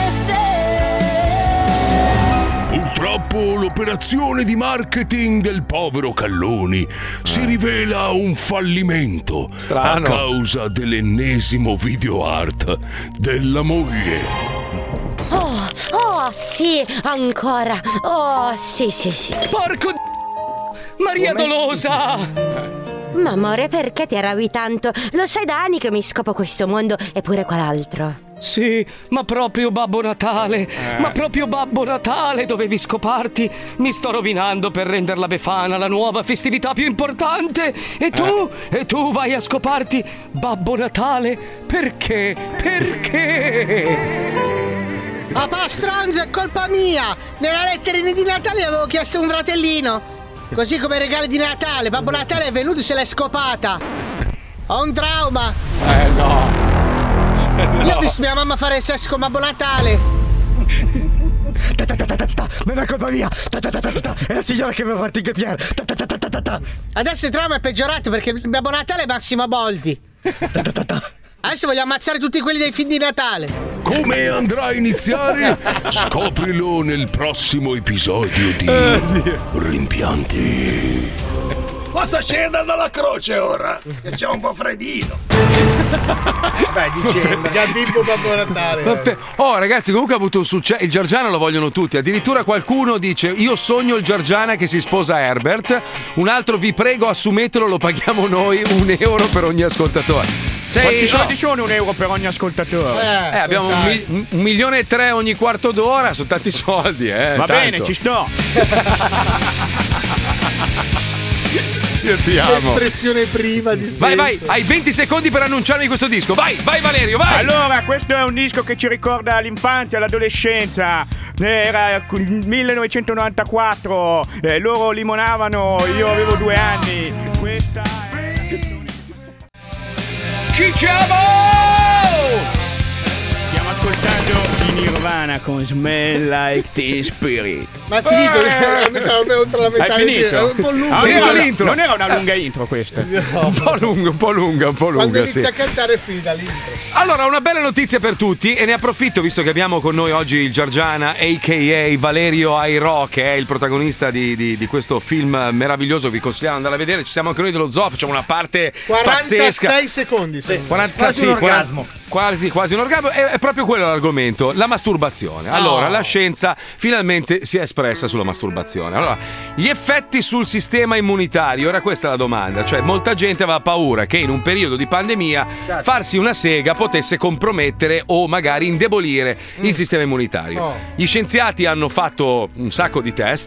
Purtroppo l'operazione di marketing del povero Calloni si rivela un fallimento. Strano. A causa dell'ennesimo video art della moglie. Oh, oh, sì, ancora. Oh, sì, sì, sì. Porco d... Maria Dolosa! Ma amore, perché ti arrabbi tanto? Lo sai da anni che mi scopo questo mondo e pure quell'altro. Sì, ma proprio Babbo Natale, eh. ma proprio Babbo Natale dovevi scoparti. Mi sto rovinando per rendere la Befana la nuova festività più importante. E tu, eh. e tu vai a scoparti Babbo Natale? Perché? Perché? Papà stronzo, è colpa mia! Nella letterina di Natale avevo chiesto un fratellino. Così come regali di Natale, Babbo Natale è venuto e se l'è scopata. Ho un trauma. Eh no. No. Io ho visto mia mamma fare il sesso con Babbo Natale. Non è colpa mia. È la signora che mi ha fatto ingabbiare. Adesso il trauma è peggiorato perché il Babbo Natale è Massimo Boldi. Adesso voglio ammazzare tutti quelli dei film di Natale. Come andrà a iniziare? Scoprilo nel prossimo episodio di Rimpianti. Posso scendere dalla croce ora? Che c'è un po' freddino. Beh, dicendo Gabibbo Babbo Natale. Vabbè. Oh ragazzi, comunque ha avuto un successo. Il Giorgiana lo vogliono tutti. Addirittura qualcuno dice: io sogno il Giorgiana che si sposa Herbert. Un altro: vi prego, assumetelo, lo paghiamo noi, un euro per ogni ascoltatore. Sei... Quanti soldi sono un euro per ogni ascoltatore? Eh, eh abbiamo un, mi- un milione e tre ogni quarto d'ora, sono tanti soldi, eh. Va tanto. bene, ci sto. Io ti amo. L'espressione priva di senso. Vai, vai, hai venti secondi per annunciarmi questo disco. Vai, vai Valerio, vai. Allora, questo è un disco che ci ricorda l'infanzia, l'adolescenza. Era il millenovecentonovantaquattro, eh, loro limonavano, io avevo due anni. Questa è... Ci siamo! Stiamo ascoltando i Nirvana con Smell Like Teen Spirit. Ma è finito, eh, mi stavo oltre la metà. È finito? È un po' lungo. Ah, non, era, l'intro. non era una lunga intro questa. No. Un po' lunga, un po' lunga, un po' lunga. Quando inizia sì. a cantare è finita l'intro. Allora, una bella notizia per tutti e ne approfitto visto che abbiamo con noi oggi il Giorgiana, a k a. Valerio Airo, che è il protagonista di, di, di questo film meraviglioso. Vi consigliamo di andare a vedere. Ci siamo anche noi dello zoo, facciamo una parte quarantasei pazzesca. secondi. Sì. quaranta, quasi sì, un orgasmo. quaranta, quasi, quasi un orgasmo. È, è proprio quello l'argomento, la masturbazione. Allora, oh. la scienza finalmente si è espressa sulla masturbazione. Allora, gli effetti sul sistema immunitario, era questa la domanda. Cioè, molta gente aveva paura che in un periodo di pandemia certo. farsi una sega potesse compromettere o magari indebolire mm. il sistema immunitario. Oh. Gli scienziati hanno fatto un sacco di test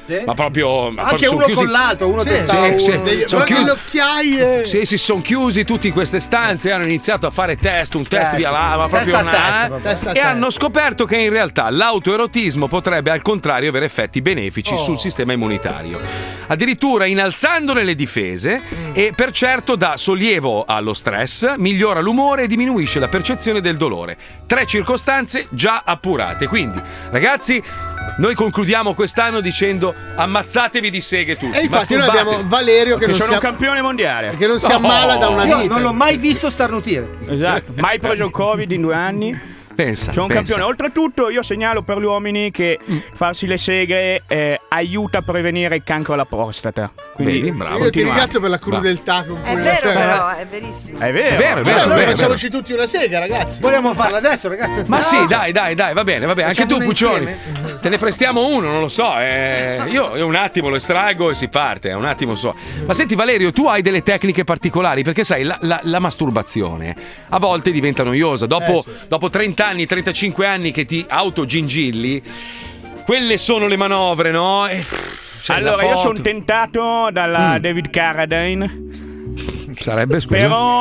Ma proprio ma anche proprio uno chiusi... con l'altro, uno sì, testa sì, sì. uno. Degli... Sono chiusi... le occhiaie. Sì, si sono chiusi tutti in queste stanze e hanno iniziato a fare test, un test Eh, via sì, là, sì. ma proprio Testa a una... testa, proprio. Testa a e testa. hanno scoperto che in realtà l'autoerotismo potrebbe al contrario avere effetti benefici Oh. sul sistema immunitario, addirittura innalzandone le difese Mm. e per certo dà sollievo allo stress, migliora l'umore e diminuisce la percezione del dolore. Tre circostanze già appurate. Quindi, ragazzi, noi concludiamo quest'anno dicendo ammazzatevi di seghe tutti. E infatti noi masturbate. abbiamo Valerio che, Che non sono si un am- campione mondiale. che non si ammala da una Io vita. non l'ho mai visto starnutire. Esatto, mai preso il Covid in due anni. Pensa, Sono un pensa. campione. Oltretutto, io segnalo per gli uomini che farsi le seghe eh, aiuta a prevenire il cancro alla prostata. Quindi, Vedi, bravo. Io ti continuate. ringrazio per la crudeltà con cui È la vero, fai. però, è verissimo. È vero, È vero, è vero, Allora è vero. facciamoci tutti una sega, ragazzi. Vogliamo farla adesso, ragazzi? Ma No. sì, dai, dai, dai, va bene, va bene. Anche Facciamo tu, una Puccioni. insieme? Te ne prestiamo uno, non lo so. eh, Io, io un attimo lo estraggo e si parte. Un attimo so. Ma senti, Valerio, tu hai delle tecniche particolari? Perché sai, la, la- la masturbazione a volte diventa noiosa. Dopo, Eh, sì. dopo trenta anni, trentacinque anni che ti autogingilli, quelle sono le manovre, no? E, pff, cioè, la Allora, io foto. sono tentato dalla Mm. David Carradine, Sarebbe scusa. però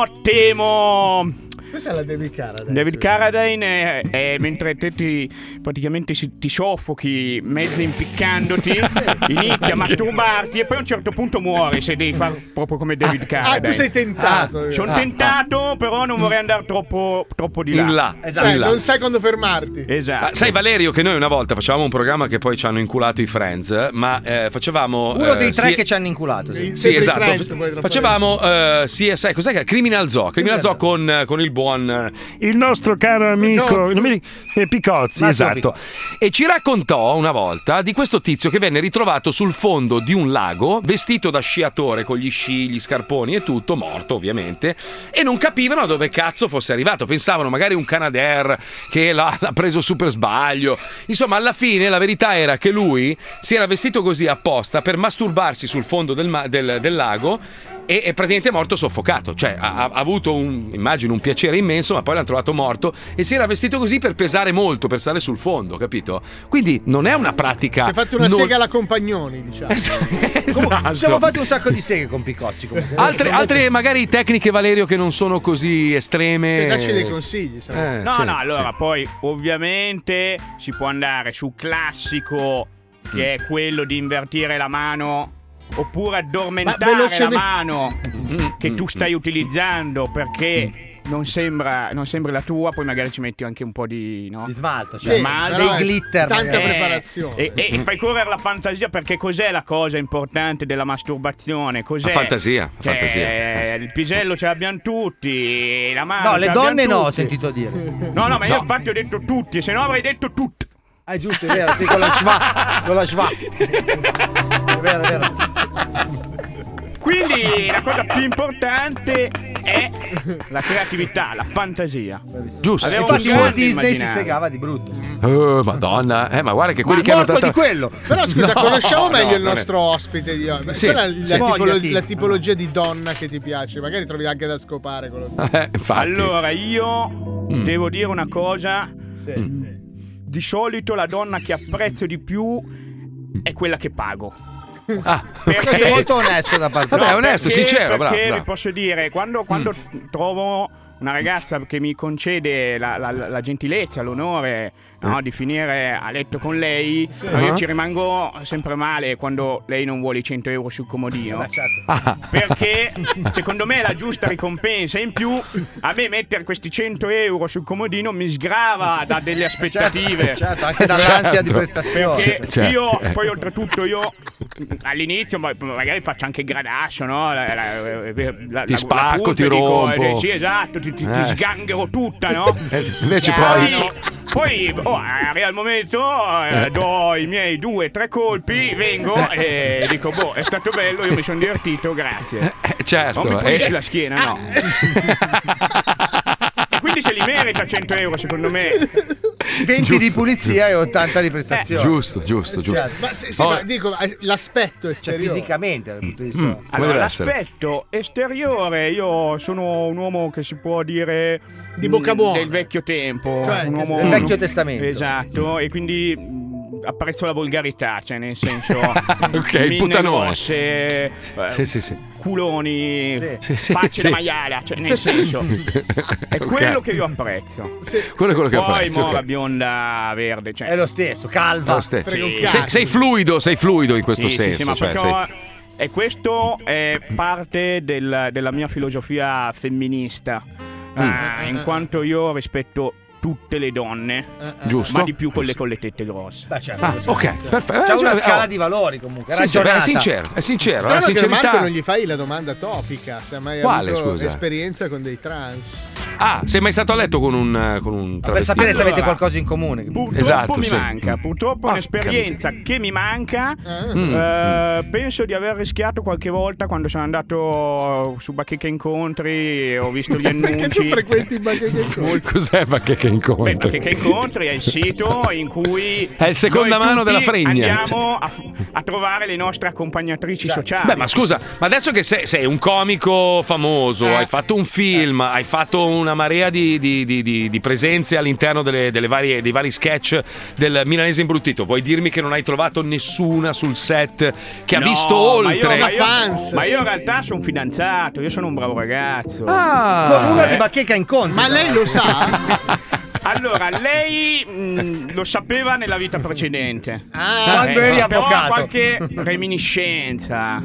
temo. Questa è la David Carradine. David Carradine è, è mentre te ti praticamente si- ti soffochi mezzo impiccandoti, inizi a masturbarti e poi a un certo punto muori se devi fare proprio come David Carradine. Ah, tu sei tentato. Sono Ah, tentato, però non vorrei andare troppo, troppo di là. In là, Cioè, in là. non sai quando fermarti. Esatto. Ma sai Valerio che noi una volta facevamo un programma che poi ci hanno inculato i Friends, ma eh, facevamo Uno eh, dei tre sì- che ci hanno inculato. Sì. Sì, Sempre i esatto. Friends, poi tra Facevamo eh, C S I, cos'è che è? Criminal Zoo, Criminal Zoo con, eh, con il buon eh, Il nostro caro amico Picozzi. non mi ric- eh, Picozzi, Massimo esatto. e ci raccontò una volta di questo tizio che venne ritrovato sul fondo di un lago, vestito da sciatore con gli sci, gli scarponi e tutto, morto ovviamente, e non capivano dove cazzo fosse arrivato. Pensavano magari un Canadair che l'ha, l'ha preso su per sbaglio. Insomma, alla fine la verità era che lui si era vestito così apposta per masturbarsi sul fondo del, ma- del- del lago e è praticamente morto soffocato. Cioè ha, ha avuto un, immagino, un piacere immenso, ma poi l'hanno trovato morto e si era vestito così per pesare molto, per stare sul fondo, capito? Quindi non è una pratica. Si è fatto una non- sega alla Compagnoni, diciamo. Comunque, Esatto. ci siamo fatti un sacco di seghe con Picozzi. Comunque. Altre, altre magari tecniche, Valerio, che non sono così estreme. Per darci dei consigli, sai. Eh, No, sì, no, allora sì. poi ovviamente si può andare su classico, che è quello di invertire la mano, oppure addormentare Ma velocemente- la mano che tu stai utilizzando perché non sembra, non sembra la tua, poi magari ci metti anche un po' di, no? Di smalto, Di sì, smalto. però dei glitter, Tanta magari. preparazione. E, e- e fai correre la fantasia, perché cos'è la cosa importante della masturbazione? Cos'è? La fantasia, Cioè, fantasia. il pisello ce l'abbiamo tutti, la mano No, ce le l'abbiamo donne no, ho tutti. sentito dire. No, no, ma io No. infatti ho detto tutti, se no avrei detto tutti. Ah, è giusto, è vero, sì, con la schwa. Con la schwa. È vero, è vero. Quindi la cosa più importante è la creatività, la fantasia. Giusto. Avevo un Infatti Walt grande Disney si immaginario. segava di brutto. Oh, Madonna, eh, ma guarda che quelli Ma che hanno molto tanta... di quello. Però scusa, No, conosciamo no, meglio il non è- nostro ospite di oggi. Sì, Qual è la, sì. tipolo- Spogliati. la tipologia di donna che ti piace? Magari trovi anche da scopare quello. Eh, infatti. Allora, io Mm. devo dire una cosa. Sì. Di solito la donna che apprezzo di più è quella che pago. Ah, Perché- Questo è molto onesto da parte Vabbè, tua. è onesto, perché- sincero, bravo, perché bravo. vi posso dire, quando, quando trovo una ragazza che mi concede la, la- la gentilezza, l'onore, no, di finire a letto con lei, no, io Ah. ci rimango sempre male quando lei non vuole i cento euro sul comodino. Ah. Perché secondo me è la giusta ricompensa. In più, a me mettere questi cento euro sul comodino mi sgrava da delle aspettative. Certo, anche dall'ansia Certo. di prestazione. Perché Certo. io, Eh. poi oltretutto, io all'inizio ma- magari faccio anche gradasso, no? La, la- la- Ti la- spacco, la punta, ti dico, rompo. eh, sì, esatto, ti, ti, ti Eh. sganghero tutta, no? Eh, sì, invece Poi, poi... poi oh, arriva il momento, eh, do i miei due, tre colpi, vengo e dico, boh, è stato bello, io mi sono divertito, grazie. Eh, certo. Non mi pulisci eh. la schiena, no. E quindi se li merita cento euro, secondo me. venti di pulizia e ottanta di prestazione. Giusto, giusto, giusto. Ma, sì, sì, Oh. ma dico, eh, l'aspetto Cioè, esteriore. fisicamente, dal punto di vista. Mm. Come Allora, deve essere? l'aspetto esteriore, io sono un uomo che si può dire Di bocca mm, buona. del vecchio tempo, Cioè, un uomo del vecchio testamento. Esatto, e quindi mm, apprezzo la volgarità, cioè nel senso ok, mine puttanone. grosse, eh, Sì, sì, sì. culoni, Sì, sì, facce sì, da sì. maiala, cioè nel senso è Ok. quello che io apprezzo. Quello è quello che Poi apprezzo, mora ok. bionda, verde, cioè È lo stesso, calva. Lo stesso. Frega un Sì. cazzo. Sei, sei fluido, sei fluido in questo Sì, sì, senso. sì, ma cioè, perché sei- ho- e questo è parte del- della mia filosofia femminista, eh, in quanto io rispetto tutte le donne, Giusto. ma di più quelle con le tette grosse. Beh, certo, Ah, certo. ok, perfetto. C'è Eh, una cioè, scala oh. di valori comunque. Sì, sì, beh, ragionata. è sincero, è sincero. Strano la che sincerità. Marco non gli fai la domanda topica. Se hai mai Quale, avuto scusa? esperienza con dei trans. Ah, sei mai stato a letto con un, con un Per travestito? sapere se avete Allora, qualcosa in comune. Purtroppo Esatto, mi sì. manca, purtroppo è Ah, un'esperienza che mi manca. Mm, Eh, penso di aver rischiato qualche volta quando sono andato su Bacheca Incontri e ho visto gli annunci. Perché tu frequenti i Bacheca Incontri? Cos'è Bacheca Incontri? Beh, Bacheca Incontri è il sito in cui È il seconda noi mano tutti della fregna. andiamo a, a trovare le nostre accompagnatrici sociali. Beh, ma scusa, ma adesso che sei, sei un comico famoso, Eh. hai fatto un film, hai fatto una marea di, di- di- di- di presenze all'interno delle, delle varie, dei vari sketch del Milanese Imbruttito, vuoi dirmi che non hai trovato nessuna sul set che ha No, visto ma io- oltre? Ma io, ma io in realtà sono fidanzato, io sono un bravo ragazzo. Ah. Con una Eh. di Bacheca Incontri. Ma lei lo sa? Allora, lei mh, lo sapeva nella vita precedente. Ah, quando eri però avvocato. qualche reminiscenza.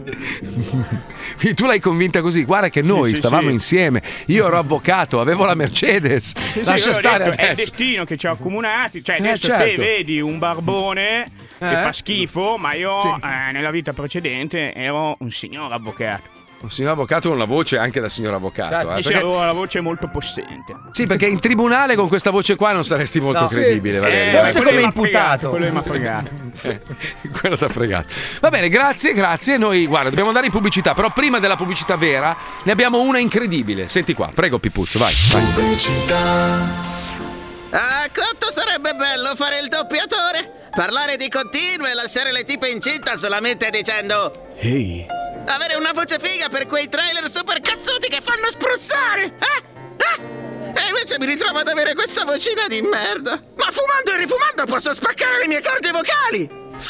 Quindi tu l'hai convinta così, guarda che noi sì, stavamo sì. insieme, io ero avvocato, avevo la Mercedes, Sì, sì, lascia io ho stare detto, è il adesso. destino che ci ha accomunati. Cioè, Eh, adesso certo. te vedi un barbone che Eh? fa schifo, ma io Sì. eh, nella vita precedente ero un signor avvocato. Un signor avvocato con la voce anche da signor avvocato. eh, Sì, sì, perché- avevo la voce molto possente. Sì, perché in tribunale con questa voce qua non saresti molto No. credibile, Sì, Valerio. sì, eh. forse come imputato. Quello che mi ha fregato. Eh, quello t'ha fregato. Va bene, grazie, grazie. Noi, guarda, dobbiamo andare in pubblicità, però prima della pubblicità vera ne abbiamo una incredibile. Senti qua, prego Pipuzzo, vai. vai. Ah, quanto sarebbe bello fare il doppiatore! Parlare di continuo e lasciare le tipe incinta solamente dicendo Ehi. avere una voce figa per quei trailer super cazzuti che fanno spruzzare! Eh? Eh? E invece mi ritrovo ad avere questa vocina di merda! Ma fumando e rifumando posso spaccare le mie corde vocali!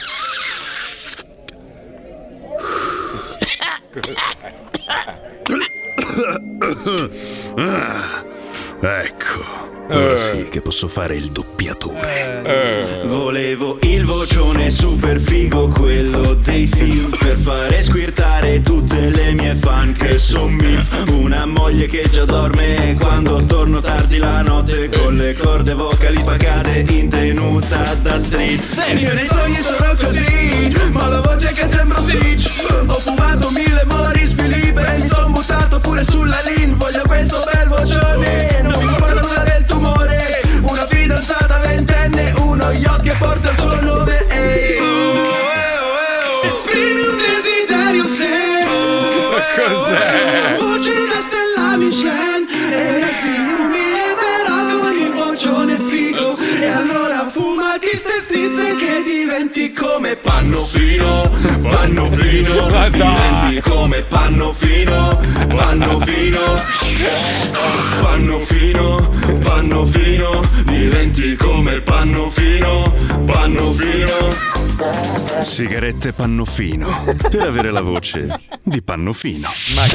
Ah, ecco. Ora sì che posso fare il doppiatore. Volevo il vocione super figo, quello dei film, per fare squirtare tutte le mie fan che son milf. Una moglie che già dorme quando torno tardi la notte, con le corde vocali spaccate in tenuta da street. Io nei sogni sono così, ma la voce che sembra Stitch. Ho fumato mille Morris Philippe e mi son buttato pure sulla Lin. Voglio questo bel vocione, non mi importa nulla del tumore. Una fidanzata ventenne, uno yacht che porta il suo nome. Ehi. Esprimi un desiderio se Cos'è? voce da stella Michelin e resti umile però con il vocione figo. E allora fumati ste stizze che diventi come panno fino, panno fino, diventi come panno fino, panno fino, panno fino, panno fino, diventi come il panno fino, panno fino. Sigarette panno fino per avere la voce di panno fino.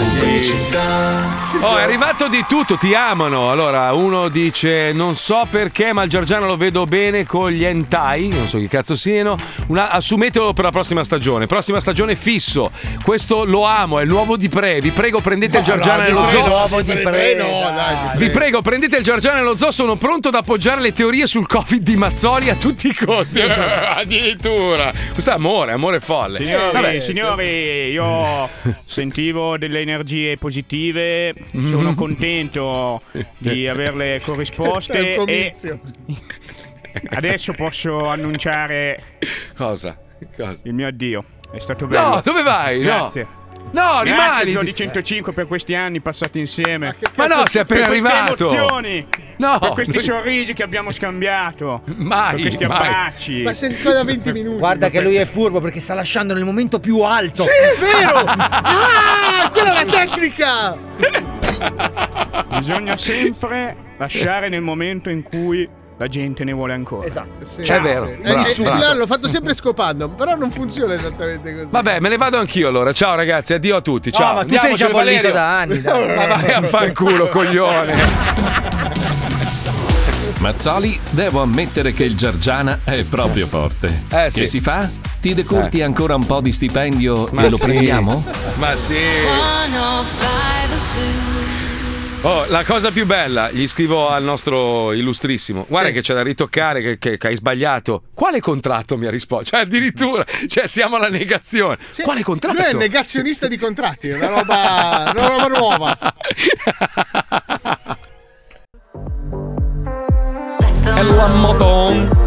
Oh, è arrivato di tutto, ti amano. Allora, uno dice: non so perché, ma il Giorgiano lo vedo bene con gli hentai. Non so chi cazzo siano. Una, assumetelo per la prossima stagione. Prossima stagione fisso. Questo lo amo, è il nuovo Di Pre. Vi prego, prendete il Giorgiano nello zoo. nuovo Di Pre, no, dai. Vi prego, prendete il Giorgiano nello zoo. Sono pronto ad appoggiare le teorie sul Covid di Mazzoli a tutti i costi. Eh, addirittura. Questo è amore, amore folle. Signori, Vabbè, signori, io sentivo delle energie positive, sono contento di averle corrisposte È un e comizio. adesso posso annunciare Cosa? Cosa? il mio addio. È stato bello. No, dove vai? No. Grazie. No, rimani. Grazie Zoo di centocinque per questi anni passati insieme. Ma no, sei appena per queste arrivato. emozioni. No, per questi noi- sorrisi che abbiamo scambiato. Mai, per questi mai. abbracci. Ma sei qua da venti minuti. Guarda che lui è furbo perché sta lasciando nel momento più alto. Sì, è vero! Ah, quella è la tecnica! Bisogna sempre lasciare nel momento in cui la gente ne vuole ancora. Esatto, sì. È vero. Sì. Bravo, Eh, bravo. l'ho fatto sempre scopando, però non funziona esattamente così. Vabbè, me ne vado anch'io allora. Ciao ragazzi, addio a tutti. Ciao. No, ma tu sei già Andiamocene, bollito Valerio. da anni. Dai. Ma vai a fanculo, coglione. Mazzoli, devo ammettere che il Giargiana è proprio forte. Eh, sì. Che si fa? Ti decurti Eh. ancora un po' di stipendio Ma e lo sì. prendiamo? Ma sì. Oh, la cosa più bella, gli scrivo al nostro illustrissimo. Guarda Sì. che c'è da ritoccare, che, che- che hai sbagliato. Quale contratto mi ha risposto? Cioè, addirittura, cioè, siamo alla negazione. Sì, Quale contratto? Lui è il negazionista di contratti, è una roba, una roba nuova. È la moton.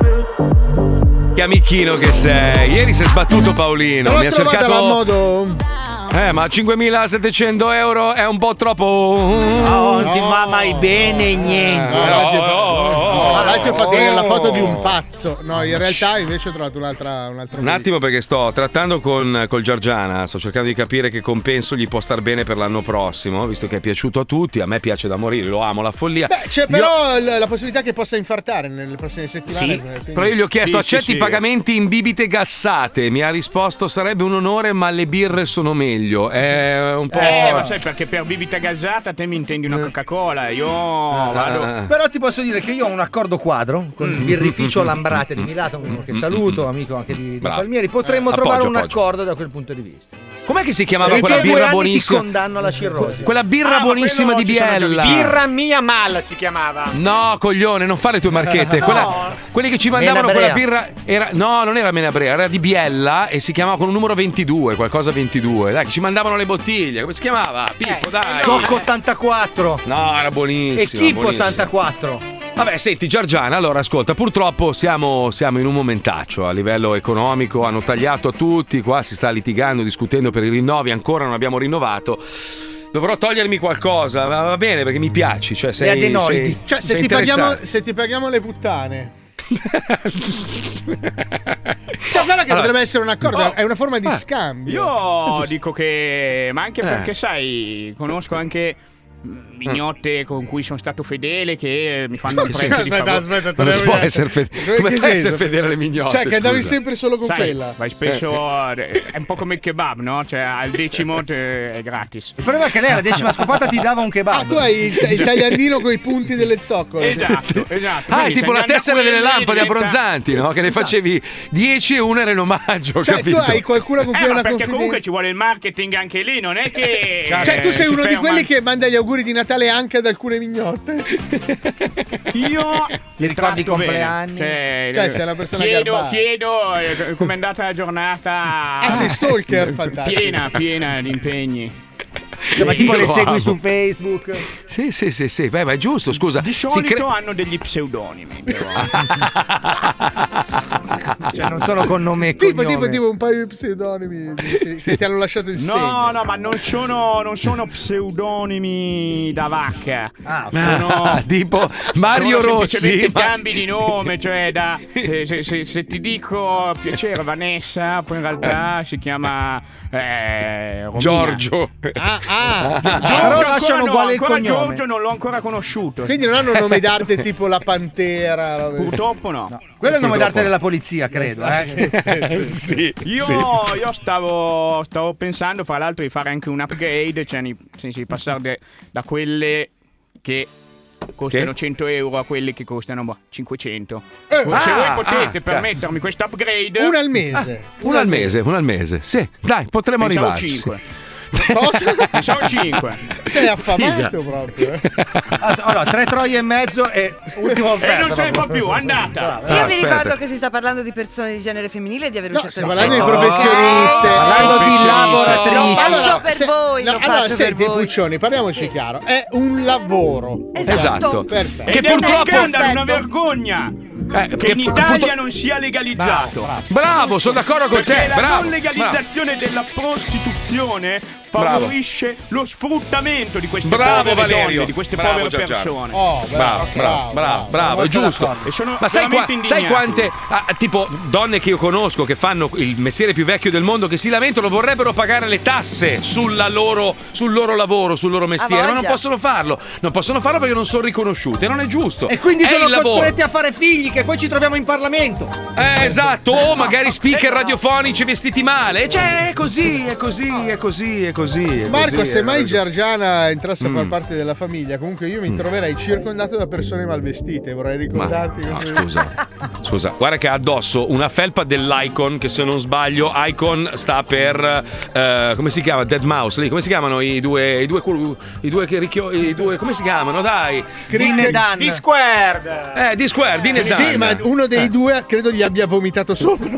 Che amichino che sei. Ieri si è sbattuto Paolino. L'ho Mi ha trovata cercato. a modo. Eh, ma cinquemilasettecento euro è un po' troppo. No, non ti va mai bene niente. No, No, ti ho no, fatto- no, no, là ti ho fatto vedere la no. foto di un pazzo. No, in realtà invece ho trovato un'altra. un'altra Un attimo perché sto trattando con col Giargiana, sto cercando di capire che compenso gli può star bene per l'anno prossimo, visto che è piaciuto a tutti, a me piace da morire, lo amo, la follia. Beh, c'è però l- la possibilità che possa infartare nelle prossime settimane. Sì, quindi- però io gli ho chiesto Sì, sì, accetti sì. pagamenti in bibite gassate, mi ha risposto sarebbe un onore ma le birre sono meglio, è un po'... Eh, ma sai, perché per bibita gassata te mi intendi una Coca-Cola, io vado... Però ti posso dire che io ho un accordo quadro con il birrificio Lambrate di Milano, che saluto, amico anche di, di Bravo. Palmieri. Potremmo Eh, trovare appoggio, un appoggio. accordo da quel punto di vista. Com'è che si chiamava Perché quella due birra anni buonissima? ti condanno alla cirrosi. Quella birra Ah, ma buonissima quello di ci sono già Biella. Birra mia mal si chiamava. No, coglione, non fare le tue marchette. Quella- quelli che ci mandavano Menabrea. quella birra era no, non era Menabrea, era di Biella e si chiamava con un numero ventidue, qualcosa ventidue. Dai, che ci mandavano le bottiglie. Come si chiamava? Pippo, dai. Stock ottantaquattro. No, era buonissimo. E Chip buonissimo. ottantaquattro. Vabbè, senti, Giargiana, allora ascolta, purtroppo siamo, siamo in un momentaccio a livello economico, hanno tagliato a tutti, qua si sta litigando, discutendo per i rinnovi, ancora non abbiamo rinnovato. Dovrò togliermi qualcosa, va va bene perché mi piaci, cioè sei, Le adenoidi. sei- Cioè, se sei ti, paghiamo, interessante. se ti paghiamo le puttane. Cioè, guarda che Allora- potrebbe essere un accordo, Oh. è una forma di Ah, scambio. Io dico che... Ma anche Eh. perché, sai, conosco anche mignotte con cui sono stato fedele che mi fanno un prezzo di Aspetta, favore. aspetta, Ma non si te può ne- essere fede- Come come che fai a senso? essere fedele alle mignotte? Cioè, che andavi scusa? sempre solo con Sai, quella. vai spesso, è un po' come il kebab, no? Cioè al decimo te- è gratis. Il problema è che lei alla decima scopata ti dava un kebab. Ah, tu hai il, il tagliandino con i punti delle zoccole. Esatto, esatto. Ah, è Quindi tipo se la ne tessera anda delle quelli, lampade diventa- abbronzanti, no? Che ne facevi dieci e una era in omaggio, Cioè, capito? tu hai qualcuno con cui Eh, hai ma una perché confidenza. comunque ci vuole il marketing anche lì, non è che... Cioè, tu sei ci uno fai di un quelli mar- che manda gli auguri di Natale anche ad alcune mignotte. Io Ti ricordi i tratto bene. compleanni? Cioè, Cioè, sei una persona chiedo, garbata. chiedo eh, com'è andata la giornata. Ah, sei stalker, fantastico. Piena, piena di impegni. Ma tipo Io le lo segui amo. su Facebook. Sì, sì, sì, sì, beh, ma è giusto, scusa. Di si solito cre- hanno degli pseudonimi. Però. Cioè, non sono con nome e Tipo, cognome. tipo, tipo un paio di pseudonimi che- che ti hanno lasciato il No, segno. no, ma non sono, non sono pseudonimi da vacca. Ah, Sono, Ah, tipo Mario sono Rossi. semplicemente ma- cambi di nome, cioè da eh, se, se- se ti dico piacere Vanessa, poi in realtà si chiama eh, Romina. Giorgio. Ah, ah. Giorgio Però ancora lasciano no, uguale il ancora cognome. Giorgio non l'ho ancora conosciuto. Quindi non hanno un nome d'arte tipo la Pantera. robe- Purtroppo no. Quello è il nome Purtroppo. d'arte della polizia, credo. Eh. Sì, sì, sì. Sì, Io, sì, sì. io stavo, stavo pensando, fra l'altro, di fare anche un upgrade, cioè nel senso di passare de- da quelle che costano Che? cento euro a quelle che costano boh, cinquecento. Eh, Se voi ah, potete ah, permettermi questo upgrade, Una al mese. Una al mese, una al mese. Sì, dai, potremmo pensavo arrivarci. cinque. Posso? Pensavo cinque. Sei affamato proprio. eh. Allora, tre troie e mezzo e ultima E offerta. non ce ne fa proprio. più, andata. Io vi aspetta. ricordo che si sta parlando di persone di genere femminile e di avere un No, certo stiamo parlando di rispetto. professioniste. Parlando di Professionista. lavoratrici. Lo faccio per se- voi, no, lo allora, faccio senti, per voi. Puccioni, parliamoci chiaro. È un lavoro. Esatto. Perfetto. Che Ed è uno purtroppo- scandalo, una Aspetta. vergogna Eh, che che in pu- Italia purtro- non sia legalizzato. Bravo, sono d'accordo con Perché te. la Bravo. non legalizzazione della prostituzione favorisce bravo. lo sfruttamento di queste bravo, povere Valerio. donne, di queste bravo, povere Giorgiano. persone. Oh, bravo, bravo, bravo, bravo, è giusto. Ma sai, qua, sai quante ah, tipo donne che io conosco che fanno il mestiere più vecchio del mondo, che si lamentano, vorrebbero pagare le tasse sulla loro, sul loro lavoro, sul loro mestiere, ma non possono farlo. Non possono farlo perché non sono riconosciute, non è giusto. E quindi è sono costretti lavoro. a fare figli, che poi ci troviamo in Parlamento. Eh, esatto, o magari speaker radiofonici vestiti male. Cioè, è così, è così, è così, è così. È Marco, così, se è mai così. Giorgiana entrasse a far Mm. parte della famiglia, comunque io mi troverei circondato da persone malvestite. Vorrei ricordarti. Ma, no, che- scusa, scusa, guarda che ha addosso una felpa dell'Icon, che se non sbaglio, Icon sta per eh, come si chiama? Dead Mouse lì, come si chiamano i due i due cul- i due che ricchio, i due come si chiamano? Dai, Din e Dan. D-Squared. Eh, D-Squared, Din e Dan. Sì, ma uno dei due credo gli abbia vomitato sopra.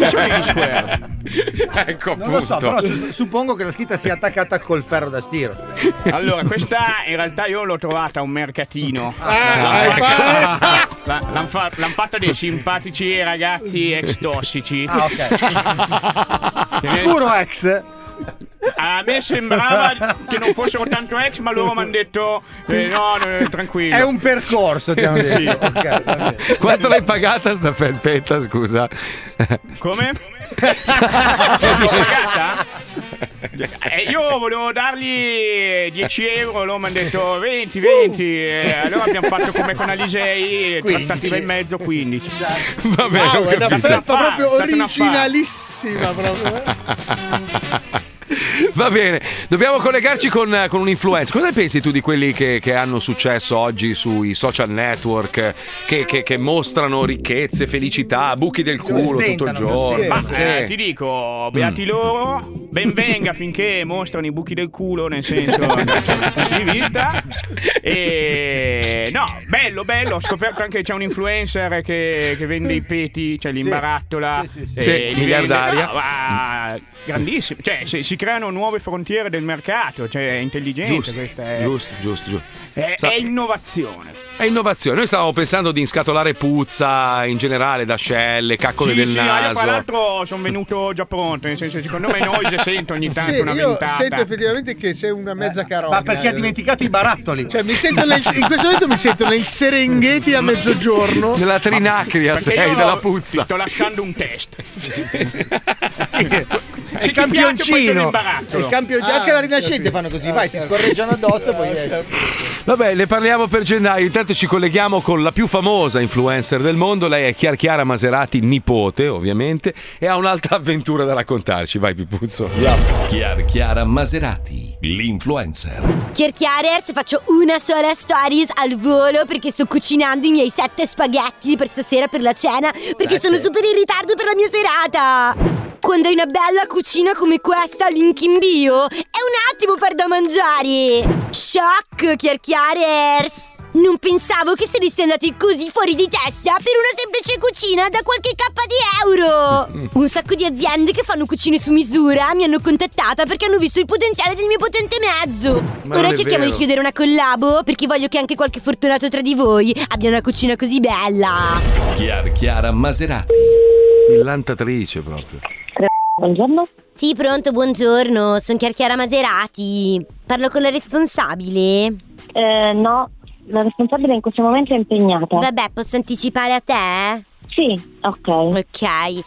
Ecco, Non lo so, appunto. però su- suppongo che la scritta sia attaccata col ferro da stiro. Allora, questa in realtà io l'ho trovata a un mercatino. Ah, L'han ah, fatta- la- l'han fa- l'han fatta dei simpatici ragazzi ex tossici. Ah, ok. Sicuro ex? A me sembrava che non fossero tanto ex, ma loro mi hanno detto eh, no, no, tranquillo. È un percorso, ti hanno detto. Sì. Ok, va bene. Quanto l'hai pagata sta felpetta, scusa? Come? L'ho pagata? Eh, io volevo dargli dieci euro, loro mi hanno detto venti, venti. Eh, allora abbiamo fatto come con Alisei, trattativa in mezzo quindici. Va bene, Wow, ho è una capito. felpa proprio Fate una originalissima. Proprio, eh. Va bene, dobbiamo collegarci con, con un influencer. Cosa ne pensi tu di quelli che, che hanno successo oggi sui social network, che, che, che mostrano ricchezze, felicità, buchi del culo tutto il giorno? Ma Sì. eh, ti dico, beati Mm. loro, ben venga finché mostrano i buchi del culo, nel senso dal punto di vista. E no, bello, bello. Ho scoperto anche che c'è un influencer che, che vende i peti, cioè l'imbarattola. Sì, sì, sì. e Sì, li vende. miliardaria. No, ma grandissimo. Cioè, si, si creano nuove frontiere del mercato, cioè è intelligente Giusto, questa è, giusto, giusto, giusto. è, Sa- è innovazione. È innovazione. Noi stavamo pensando di inscatolare puzza in generale, d'ascelle, caccole Sì, del sì, io naso. tra l'altro sono venuto già pronto, nel senso secondo me noi se sento ogni tanto Sì, una io ventata. sento effettivamente che sei una mezza carogna. Ma perché ha dimenticato i barattoli? Cioè, mi sento nel, in questo momento mi sento nel Serengeti a mezzogiorno. Nella Trinacria Perché sei, io della ti puzza. sto lasciando un test. Sì. Se Il ti piace, poi te ne campioncino. imbarattolo. Il campioncino. Ah, Anche la Rinascente ok. fanno così. Vai, ti scorreggiano addosso e poi Vabbè, ne parliamo per gennaio. Intanto ci colleghiamo con la più famosa influencer del mondo. Lei è Chiar Chiara Maserati, nipote, ovviamente, e ha un'altra avventura da raccontarci. Vai, Pipuzzo. Chiar Chiara Maserati, l'influencer. Chiarchiarers, faccio una sola stories al volo perché sto cucinando i miei sette spaghetti per stasera per la cena, perché Sette? sono super in ritardo per la mia serata. Quando hai una bella cucina come questa, link in bio, è un attimo far da mangiare. Shock, Chiarchiarers! Non pensavo che sareste andati così fuori di testa per una semplice cucina da qualche K di euro. Un sacco di aziende che fanno cucine su misura mi hanno contattata perché hanno visto il potenziale del mio potente mezzo. Ma Ora non è cerchiamo vero. di chiudere una collabo perché voglio che anche qualche fortunato tra di voi abbia una cucina così bella. Chiar Chiara Maserati. Millantatrice proprio. Buongiorno. Sì, pronto, buongiorno. Sono Chiarchiara Maserati. Parlo con la responsabile? Eh, no, la responsabile in questo momento è impegnata. Vabbè, posso anticipare a te? Sì, ok. Ok.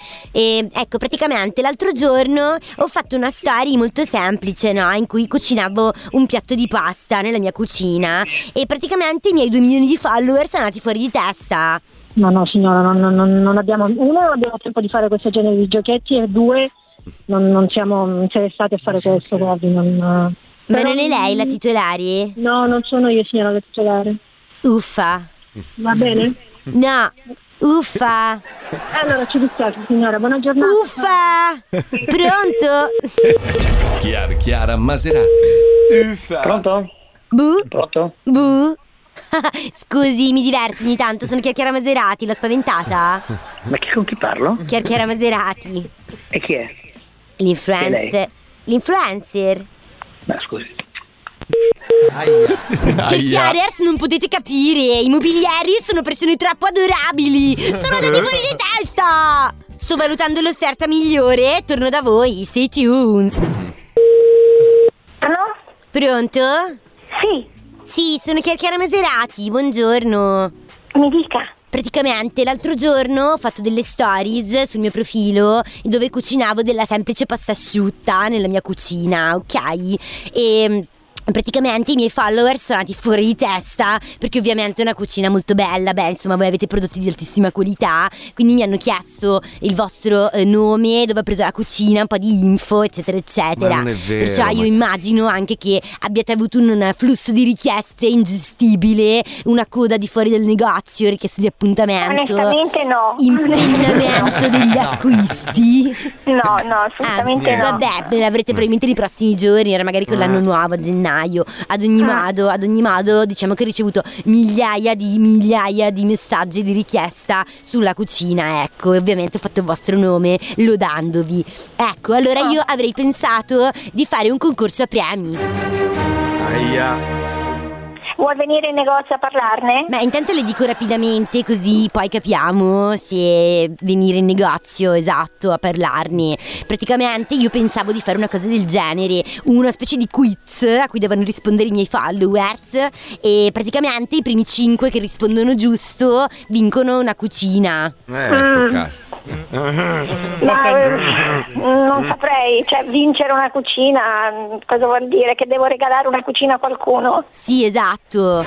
E, ecco, praticamente l'altro giorno ho fatto una story molto semplice, no? In cui cucinavo un piatto di pasta nella mia cucina e praticamente i miei due milioni di follower sono andati fuori di testa. No, no signora, non, non, non abbiamo, uno non abbiamo tempo di fare questo genere di giochetti e due non, non siamo interessati a fare questo, guardi, non... Ma Però- non è lei la titolare? No, non sono io signora la titolare. Uffa. Va bene? No, uffa. Allora ci dispiace signora, buona giornata. Uffa. Pronto? Chiar Chiara Maserati. Pronto? Bu? Pronto? Bu? Scusi, mi diverto ogni tanto, sono Chiarchiara Maserati, l'ho spaventata? Ma chi, con chi parlo? Chiarchiara Maserati. E chi è? L'influencer. lei? L'influencer. Ma scusi. Chiarchiarers, non potete capire, i mobiliari sono persone troppo adorabili. Sono andati fuori di testa. Sto valutando l'offerta migliore, torno da voi, stay tuned. Pronto? Sì. Sì, sono Chiara Maserati, buongiorno. Mi dica. Praticamente l'altro giorno ho fatto delle stories sul mio profilo dove cucinavo della semplice pasta asciutta nella mia cucina, ok? E praticamente i miei follower sono andati fuori di testa perché ovviamente è una cucina molto bella, beh insomma voi avete prodotti di altissima qualità, quindi mi hanno chiesto il vostro eh, nome, dove ho preso la cucina, un po' di info eccetera eccetera. Ma non è vero, perciò io ma- immagino anche che abbiate avuto un flusso di richieste ingestibile, una coda di fuori del negozio, richieste di appuntamento, Onestamente no. impennamento degli No. acquisti. No, no, assolutamente Ah, no. Vabbè, beh, l'avrete probabilmente nei prossimi giorni, era magari con l'anno nuovo a gennaio. Ad ogni modo, ad ogni modo, diciamo che ho ricevuto migliaia di migliaia di messaggi di richiesta sulla cucina, ecco, e ovviamente ho fatto il vostro nome lodandovi. Ecco, allora io avrei pensato di fare un concorso a premi. Aia. Vuoi venire in negozio a parlarne? Ma intanto le dico rapidamente così poi capiamo se venire in negozio, esatto, a parlarne. Praticamente io pensavo di fare una cosa del genere, una specie di quiz a cui devono rispondere i miei followers e praticamente i primi cinque che rispondono giusto vincono una cucina. Eh, sto cazzo. Ma eh, non saprei, cioè vincere una cucina, cosa vuol dire? Che devo regalare una cucina a qualcuno? Sì, esatto.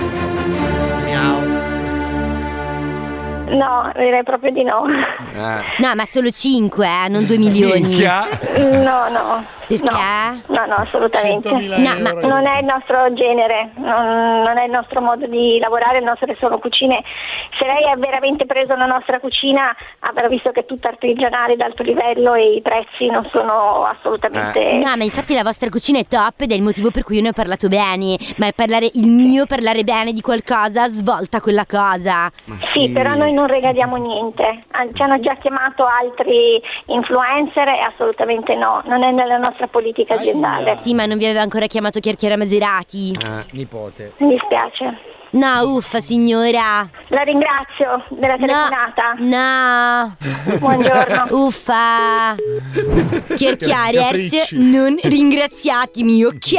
No, direi proprio di no. No, ma solo cinque, eh, non due milioni. Minchia. No, no. Perché? No, no, no, assolutamente. centomila No, ma euro. non è il nostro genere, non, non è il nostro modo di lavorare, le nostre sono cucine. Se lei ha veramente preso la nostra cucina, avrà visto che è tutta artigianale d'alto livello e i prezzi non sono assolutamente... No, ma infatti la vostra cucina è top ed è il motivo per cui io ne ho parlato bene. Ma parlare il mio, parlare bene di qualcosa, svolta quella cosa. Sì, però noi non regaliamo niente. Ah, ci hanno già chiamato altri influencer e assolutamente no, non è nella nostra politica aziendale. Sì, ma non vi aveva ancora chiamato Chiara Maserati? Nipote. Mi dispiace. No, uffa signora. La ringrazio della telefonata. No. Buongiorno. Uffa. Chiarchiariers, Capricci. non ringraziatemi, ok?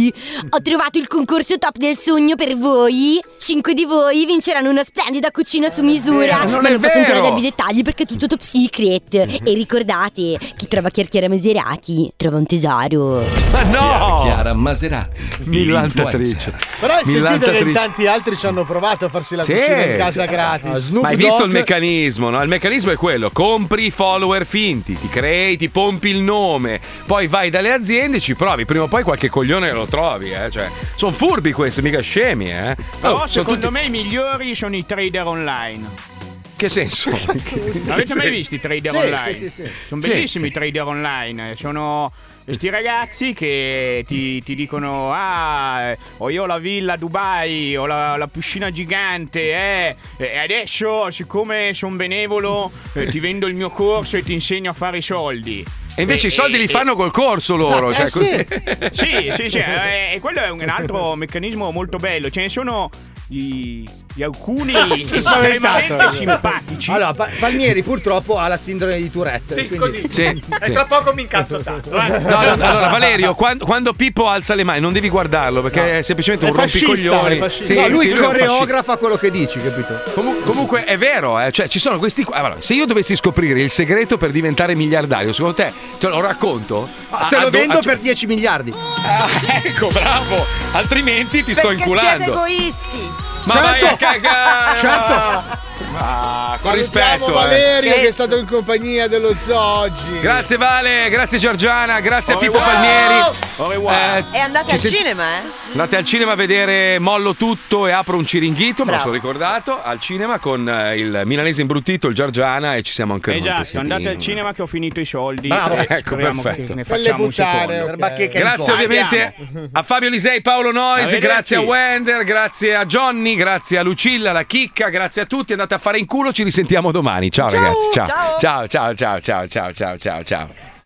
Ho trovato il concorso top del sogno per voi. Cinque di voi vinceranno una splendida cucina su misura. Eh, non ma è non posso ancora vero. darvi dettagli perché è tutto top secret. E ricordate, chi trova Chiara Maserati trova un tesoro. Ma no! Chiara Maserati, Millantatrice. Però hai sentito che in Millantatrice. tanti altri ci hanno provato a farsi la Sì, cucina in casa sì. gratis. Ma hai visto il meccanismo, no? Il meccanismo è quello: compri i follower finti, ti crei, ti pompi il nome, poi vai dalle aziende, ci provi, prima o poi qualche coglione lo trovi, eh? Cioè, sono furbi questi, mica scemi, eh? Però Oh, sono secondo tutti- me i migliori sono i trader online. Che senso? Non avete mai visto i trader Sì, online? sì, sì, sì. Sono Sì, bellissimi sì. i trader online. Sono questi ragazzi che ti, ti dicono: ah, ho io la villa a Dubai, ho la, la piscina gigante, eh, e adesso, siccome sono benevolo, eh, ti vendo il mio corso e ti insegno a fare i soldi. E invece E- i soldi e- li e- fanno col corso loro. Esatto, Cioè, eh, così- sì, sì, sì, eh, e quello è un altro meccanismo molto bello. Ce ne sono di, di alcuni Si è estremamente spaventato. simpatici. Allora, Pa- Palmieri purtroppo ha la sindrome di Tourette. Sì, quindi- così. Sì, E sì. tra poco mi incazzo tanto. Eh. No, no, allora Valerio, quando, quando Pippo alza le mani non devi guardarlo perché è semplicemente È un fascista, rompicoglioni. è fascista. Sì, No, lui sì, è un fascista. coreografa quello che dici, capito? Comu- comunque è vero, eh? Cioè ci sono questi qua. Allora, se io dovessi scoprire il segreto per diventare miliardario, secondo te te lo racconto? Ah, te lo A- a- vendo a- per dieci miliardi. Ah, ecco, bravo. Altrimenti ti sto Perché inculando. siete egoisti. Ma Certo. vai a cagare! Certo. Ah, con Salutiamo rispetto. eh. Valerio che è stato in compagnia dello zoo oggi. Grazie Vale, grazie Giorgiana, grazie a Au Pippo revoir. Palmieri. Au revoir. Eh, E andate ci al sent- cinema, eh? Andate al cinema a vedere Mollo tutto e apro un ciringhito, me lo Bravo. sono ricordato, al cinema con eh, il milanese imbruttito, il Giorgiana e ci siamo anche noi. Esatto, piaciati. andate al cinema che ho finito i soldi. Bravo, e ecco, speriamo perfetto. che ne Quelle facciamo un puttane, secondo. ok. Grazie ovviamente a Fabio Lisei, Paolo Nois, Arrivederci. grazie a Wender, grazie a Johnny, grazie a Lucilla, la Chicca, grazie a tutti, andate a fare in culo, ci risentiamo domani. Ciao, ragazzi, ciao. ciao. Ciao, ciao, ciao, ciao, ciao, ciao, ciao, ciao.